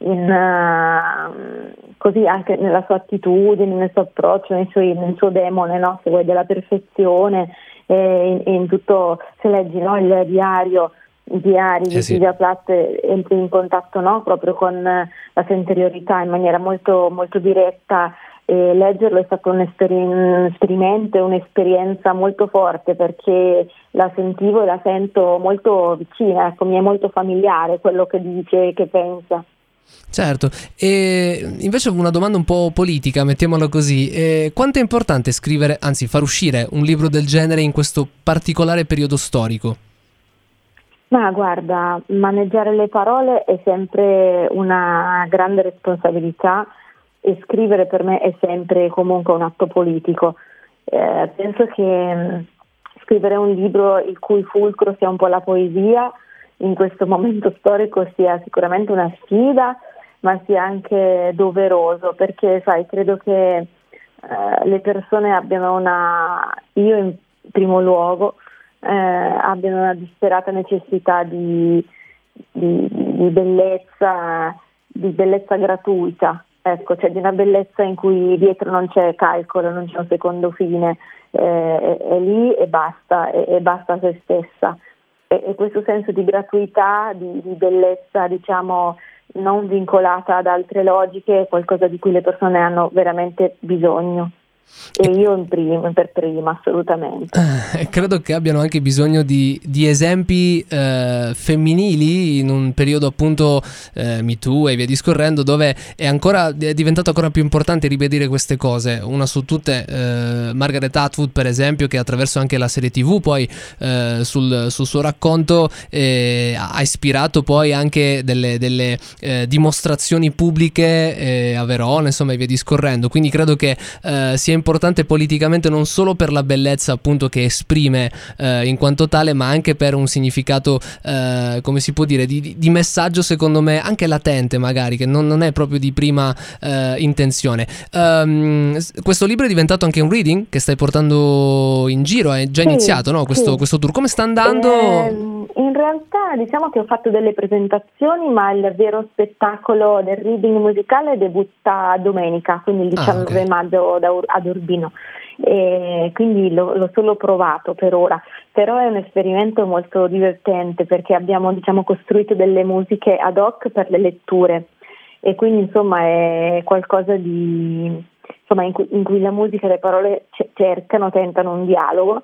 così anche nella sua attitudine, nel suo approccio, nel suo demone, no? Se vuoi, della perfezione, e in tutto. Se leggi, no, i diari di Sylvia Plath, entri in contatto, no, proprio con la sua interiorità in maniera molto, molto diretta. E leggerlo è stato un esperimento, un'esperienza molto forte, perché la sentivo e la sento molto vicina, ecco, mi è molto familiare quello che dice, che pensa. Certo, e invece una domanda un po' politica, mettiamola così, quanto è importante scrivere, anzi far uscire un libro del genere in questo particolare periodo storico? Ma guarda, maneggiare le parole è sempre una grande responsabilità, e scrivere per me è sempre comunque un atto politico. Penso che scrivere un libro il cui fulcro sia un po' la poesia in questo momento storico sia sicuramente una sfida, ma sia anche doveroso, perché sai, credo che le persone abbiano io in primo luogo, abbiano una disperata necessità di bellezza gratuita. ecco, cioè di una bellezza in cui dietro non c'è calcolo, non c'è un secondo fine, è lì e basta, e basta se stessa. E questo senso di gratuità, di bellezza, diciamo, non vincolata ad altre logiche, è qualcosa di cui le persone hanno veramente bisogno. E io per prima, assolutamente. Credo che abbiano anche bisogno di esempi femminili in un periodo appunto Me Too e via discorrendo, dove è diventato ancora più importante ribadire queste cose. Una su tutte, Margaret Atwood per esempio, che attraverso anche la serie TV poi sul suo racconto ha ispirato poi anche delle dimostrazioni pubbliche a Verona, insomma, e via discorrendo. Quindi credo che sia importante politicamente non solo per la bellezza appunto che esprime in quanto tale, ma anche per un significato come si può dire di messaggio, secondo me anche latente, magari, che non è proprio di prima intenzione. Questo libro è diventato anche un reading che stai portando in giro, è già iniziato, no? Questo tour come sta andando? In realtà diciamo che ho fatto delle presentazioni, ma il vero spettacolo del reading musicale debutta domenica, quindi il 19 maggio ad Urbino, e quindi l'ho solo provato per ora, però è un esperimento molto divertente perché abbiamo, diciamo, costruito delle musiche ad hoc per le letture, e quindi insomma è qualcosa di, insomma, in cui la musica e le parole tentano un dialogo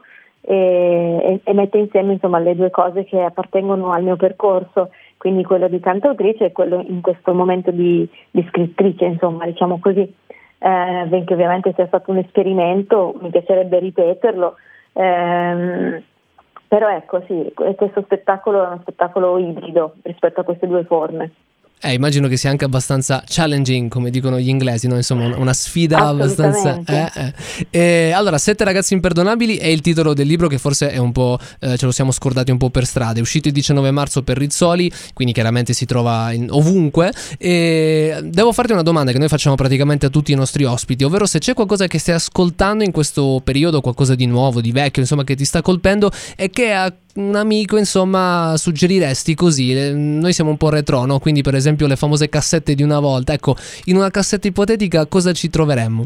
e mette insieme, insomma, le due cose che appartengono al mio percorso, quindi quello di cantautrice e quello in questo momento di scrittrice, insomma, diciamo così. Benché ovviamente sia stato un esperimento, mi piacerebbe ripeterlo, però ecco, sì, questo spettacolo è uno spettacolo ibrido rispetto a queste due forme. Immagino che sia anche abbastanza challenging, come dicono gli inglesi, no? Insomma, una sfida abbastanza. Allora, 7 ragazzi imperdonabili è il titolo del libro, che forse è un po' ce lo siamo scordati un po' per strada. È uscito il 19 marzo per Rizzoli, quindi chiaramente si trova ovunque. E devo farti una domanda che noi facciamo praticamente a tutti i nostri ospiti, ovvero se c'è qualcosa che stai ascoltando in questo periodo, qualcosa di nuovo, di vecchio, insomma, che ti sta colpendo e che a un amico, insomma, suggeriresti così. Noi siamo un po' retro, no? Quindi per esempio le famose cassette di una volta, ecco, in una cassetta ipotetica cosa ci troveremmo?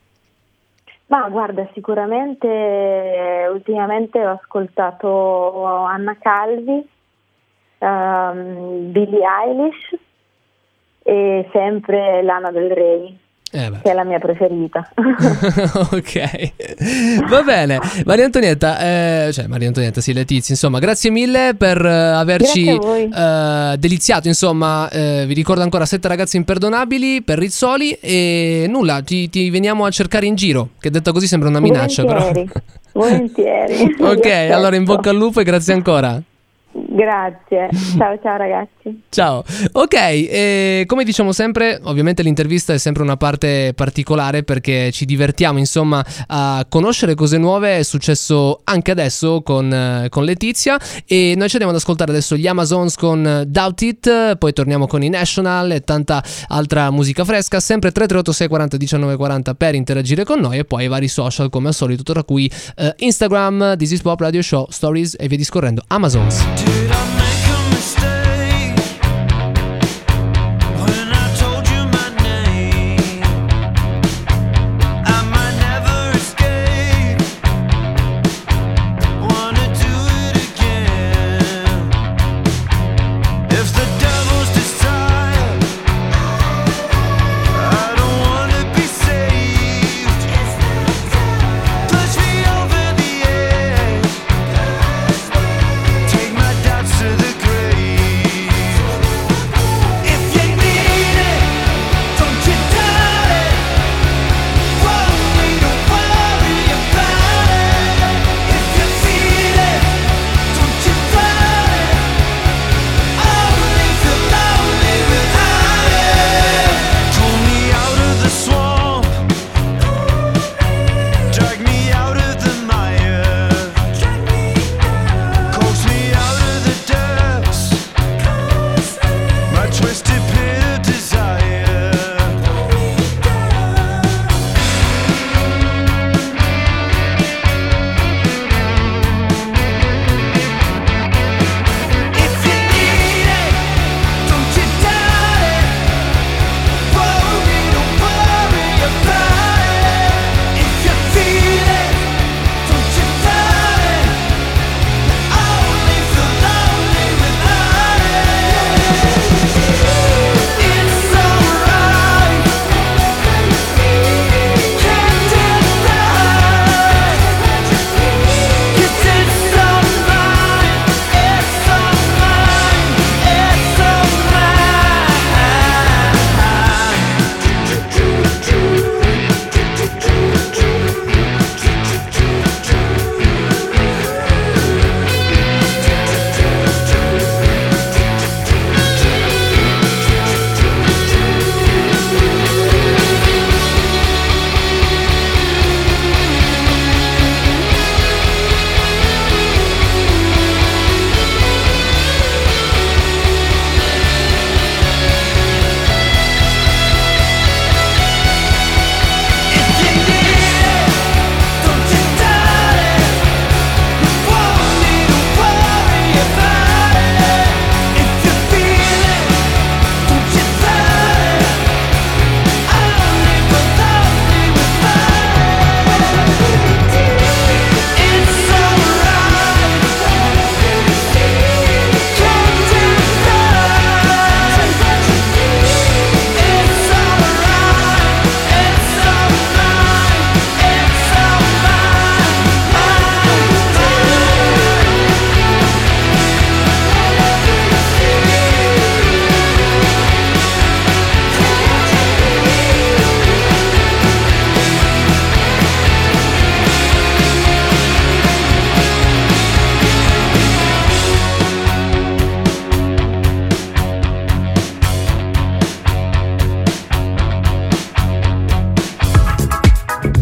Ma guarda, sicuramente ultimamente ho ascoltato Anna Calvi, Billie Eilish e sempre Lana Del Rey, che è la mia preferita. Ok, va bene. Maria Antonietta, sì, Letizia, insomma, grazie mille per averci deliziato, insomma. Vi ricordo ancora 7 ragazzi imperdonabili per Rizzoli e nulla, ti veniamo a cercare in giro, che detta così sembra una minaccia, Volentieri. Ok, allora in bocca al lupo e grazie ancora. Grazie, ciao ragazzi. Ciao. Ok, come diciamo sempre, ovviamente l'intervista è sempre una parte particolare perché ci divertiamo, insomma, a conoscere cose nuove. È successo anche adesso con Letizia e noi ci andiamo ad ascoltare adesso gli Amazons con Doubt It, poi torniamo con i National e tanta altra musica fresca, sempre 338 640 1940 per interagire con noi, e poi i vari social come al solito, tra cui Instagram, This Is Pop Radio Show, Stories e via discorrendo. Amazons. Did I make a mistake when I told you my name? I might never escape. Wanna do it again. If the devil's desire, I don't wanna be saved. Push me over the edge. Take my doubts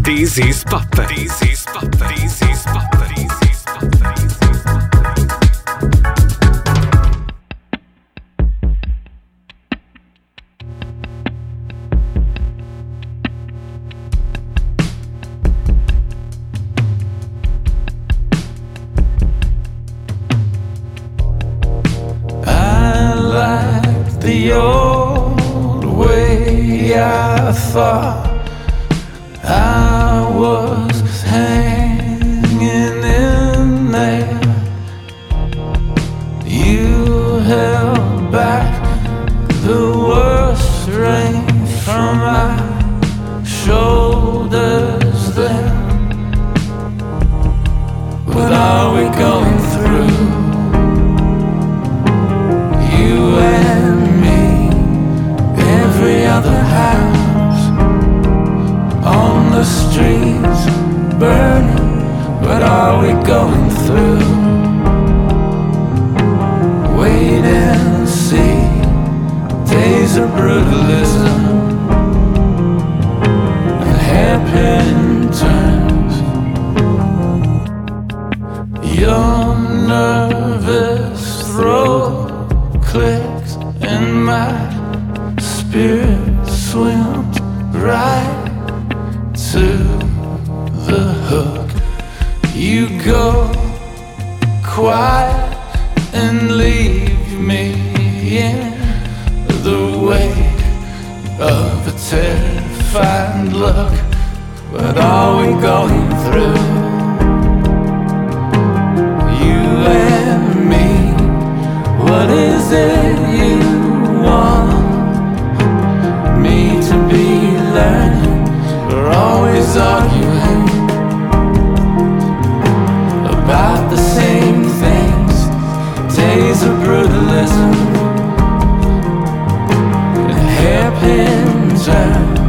This is Pop. This is Pop. This is Pop. This is Pop. I like the old way I thought I was hanging in there. You held back the worst rain from my shoulders then. What are we going through? You and me, every other house on the streets burning. What are we going through? Wait and see, days of brutalism and hairpin turns. Your nervous throat clicks and my spirit swims right to the hook. You go quiet and leave me in the wake of a terrified look. What are we going through? You and me, what is it you want me to be learning? We're always arguing about the same things. Days of brutalism and hairpin turns.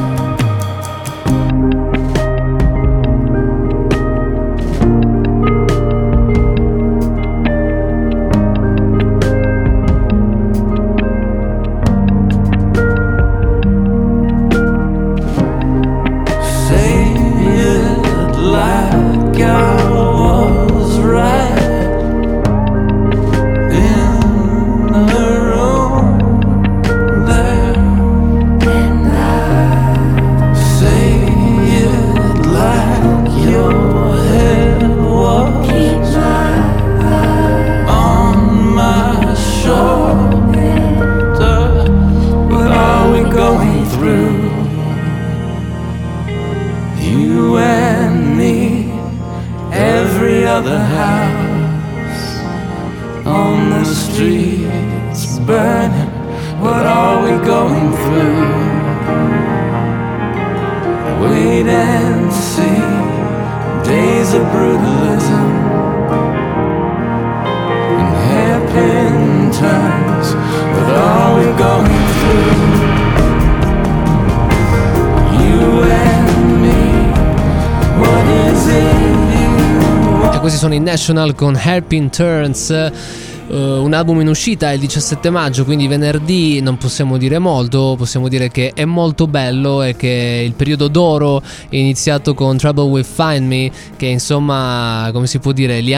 Sono in National con Hairpin Turns, un album in uscita il 17 maggio, quindi venerdì. Non possiamo dire molto, possiamo dire che è molto bello e che il periodo d'oro è iniziato con Trouble Will Find Me, che insomma, come si può dire, li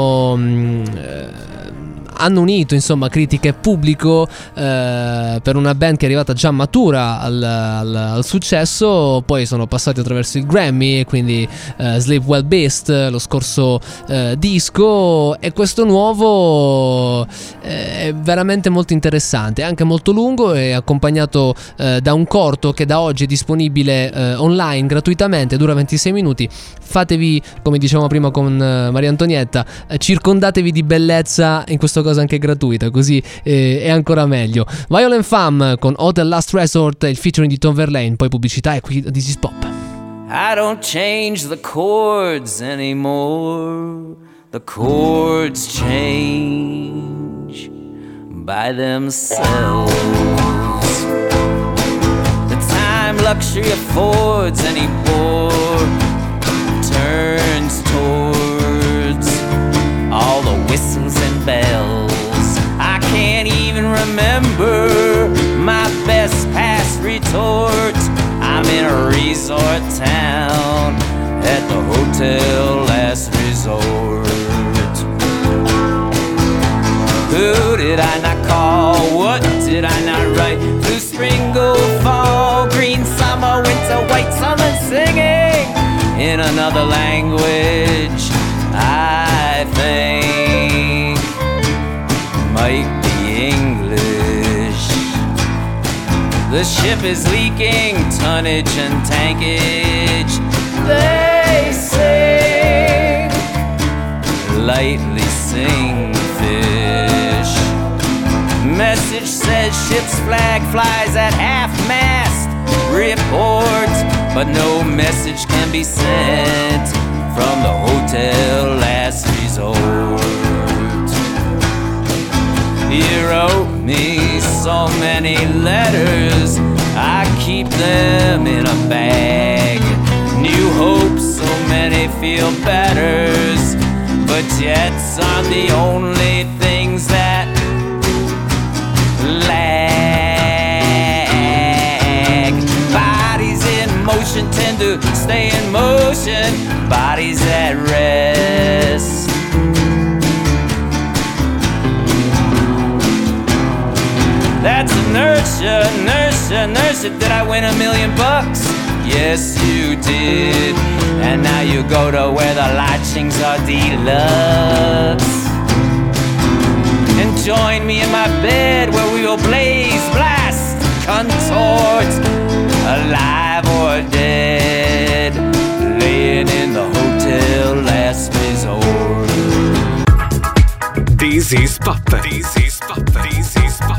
hanno unito insomma critica e pubblico per una band che è arrivata già matura al successo. Poi sono passati attraverso il Grammy e quindi Sleep Well Beast, lo scorso disco, e questo nuovo è veramente molto interessante, anche molto lungo, e accompagnato da un corto che da oggi è disponibile online gratuitamente, dura 26 minuti. Fatevi, come dicevamo prima con Maria Antonietta, circondatevi di bellezza, in questo caso anche gratuita, così è ancora meglio. Violent Femmes con Hotel Last Resort, il featuring di Tom Verlaine, poi pubblicità e qui This is Pop. I don't change the chords anymore. The chords change by themselves. The time luxury affords anymore turns towards all the whistles and bells. I can't even remember my best past retort. I'm in a resort town in another language, I think might be English. The ship is leaking tonnage and tankage. They sing, lightly sing fish. Message says ship's flag flies at half-mast. Report, but no message can be sent from the Hotel Last Resort. You wrote me so many letters, I keep them in a bag. New hopes, so many feel betters, but jets aren't the only things that lag. Bodies in motion tend to stay in motion, bodies at rest. That's inertia, inertia, inertia. Did I win $1 million? Yes, you did. And now you go to where the lodgings are deluxe. And join me in my bed where we will blaze, blast, contort, alive or dead, laying in the Hotel Last Resort. This is Pop. This is Pop. This is Pop.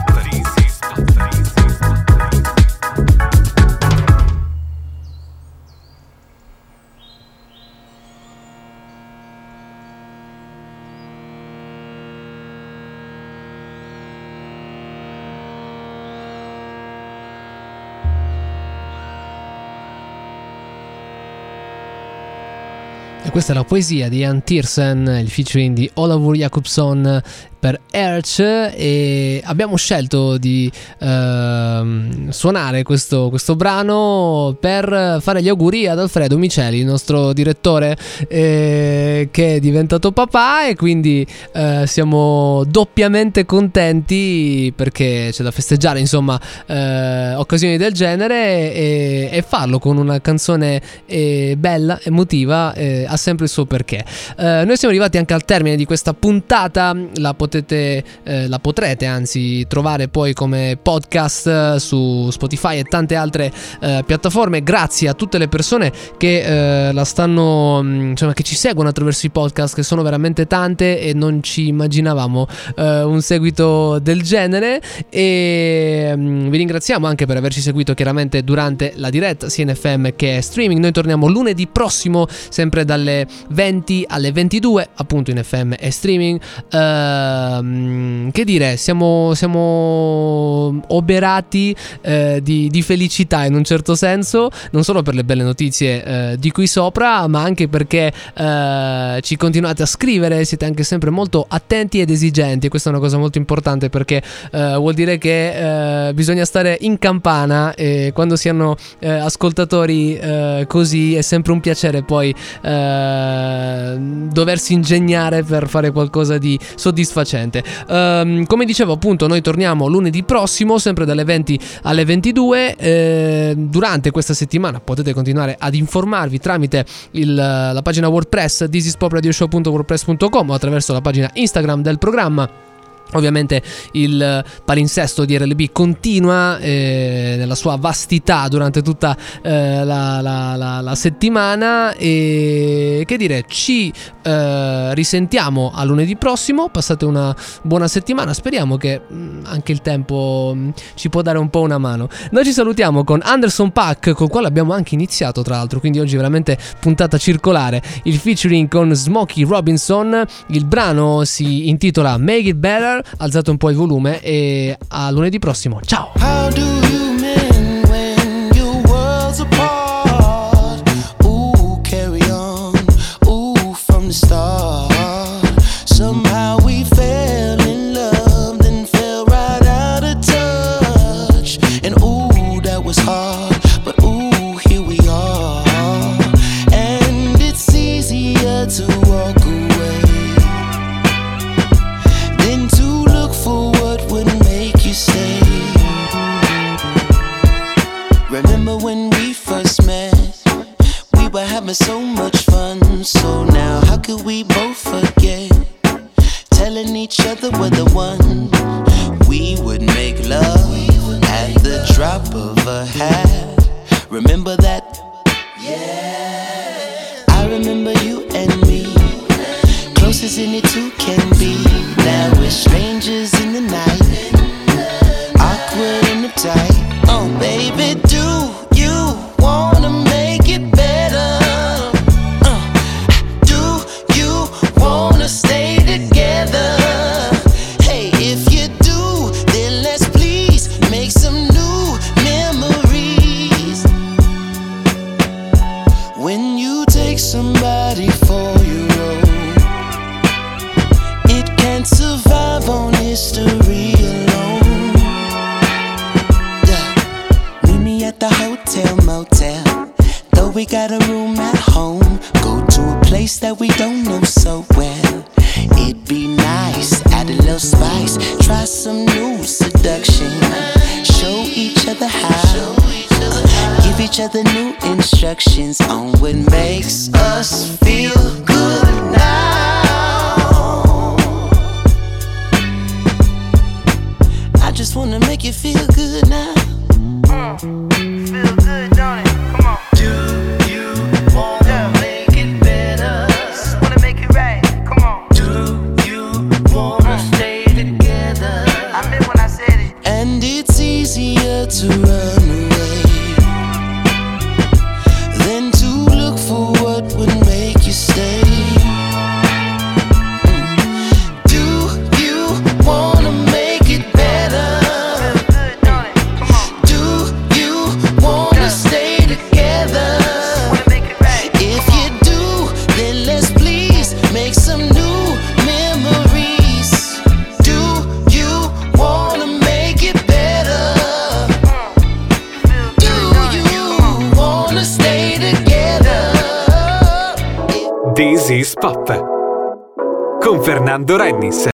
E questa è la poesia di Jan Tiersen, il featuring di Olafur Jakobsson per Erch, e abbiamo scelto di suonare questo brano per fare gli auguri ad Alfredo Miceli, il nostro direttore che è diventato papà, e quindi siamo doppiamente contenti perché c'è da festeggiare, insomma, occasioni del genere, e farlo con una canzone bella, emotiva, ha sempre il suo perché. Noi siamo arrivati anche al termine di questa puntata. La potrete anzi trovare poi come podcast su Spotify e tante altre piattaforme. Grazie a tutte le persone che la stanno, insomma, che ci seguono attraverso i podcast, che sono veramente tante e non ci immaginavamo un seguito del genere, e vi ringraziamo anche per averci seguito chiaramente durante la diretta sia in FM che streaming. Noi torniamo lunedì prossimo sempre dalle 20 alle 22 appunto in FM e streaming. Che dire, siamo oberati di felicità in un certo senso, non solo per le belle notizie di qui sopra, ma anche perché ci continuate a scrivere, siete anche sempre molto attenti ed esigenti, e questa è una cosa molto importante, perché vuol dire che bisogna stare in campana, e quando si hanno ascoltatori così è sempre un piacere poi doversi ingegnare per fare qualcosa di soddisfacente. Come dicevo appunto, noi torniamo lunedì prossimo sempre dalle 20 alle 22. Durante questa settimana potete continuare ad informarvi tramite la pagina WordPress thisispopradioshow.wordpress.com o attraverso la pagina Instagram del programma. Ovviamente il palinsesto di RLB continua nella sua vastità durante tutta la settimana, e che dire, ci risentiamo a lunedì prossimo. Passate una buona settimana, speriamo che anche il tempo ci può dare un po' una mano. Noi ci salutiamo con Anderson .Paak, col quale abbiamo anche iniziato tra l'altro, quindi oggi veramente puntata circolare. Il featuring con Smokey Robinson, il brano si intitola Make It Better. Alzate un po' il volume, e a lunedì prossimo, ciao. How do you mend when your worlds apart? Ooh, carry on, ooh, from the start. Somehow we fell in love, then fell right out of touch. And ooh, that was hard, but ooh, here we are. And it's easier to walk away than to look for what would make you stay. much fun. So now how could we both forget? Telling each other we're the one. We would make love at the drop of a hat. Remember that? Yeah. I remember you and me, close as any two can be. Now we're strangers in the night, awkward and uptight. Oh baby, do you wanna make it better? Do you wanna stay together? Hey, if you do, then let's please make some new memories. When you take somebody for your own, it can't survive on history alone. Yeah. Meet me at the hotel motel, though we got a room at home. Go to a place that we don't know so well. It'd be nice, add a little spice, try some new seduction, show each other how, give each other new instructions on what makes us feel good now. I just wanna make you feel good now. Feel good, don't it? Come on. Do you wanna make it better? Wanna make it right? Come on. Do you wanna stay together? I meant when I said it. And it's easier to run away than to look for what would make you stay. Do you wanna make it better? Do you wanna stay together? If you do, then let's please make some new memories. Do you wanna make it better? Do you wanna stay together? This is Pop con Fernando Rennis.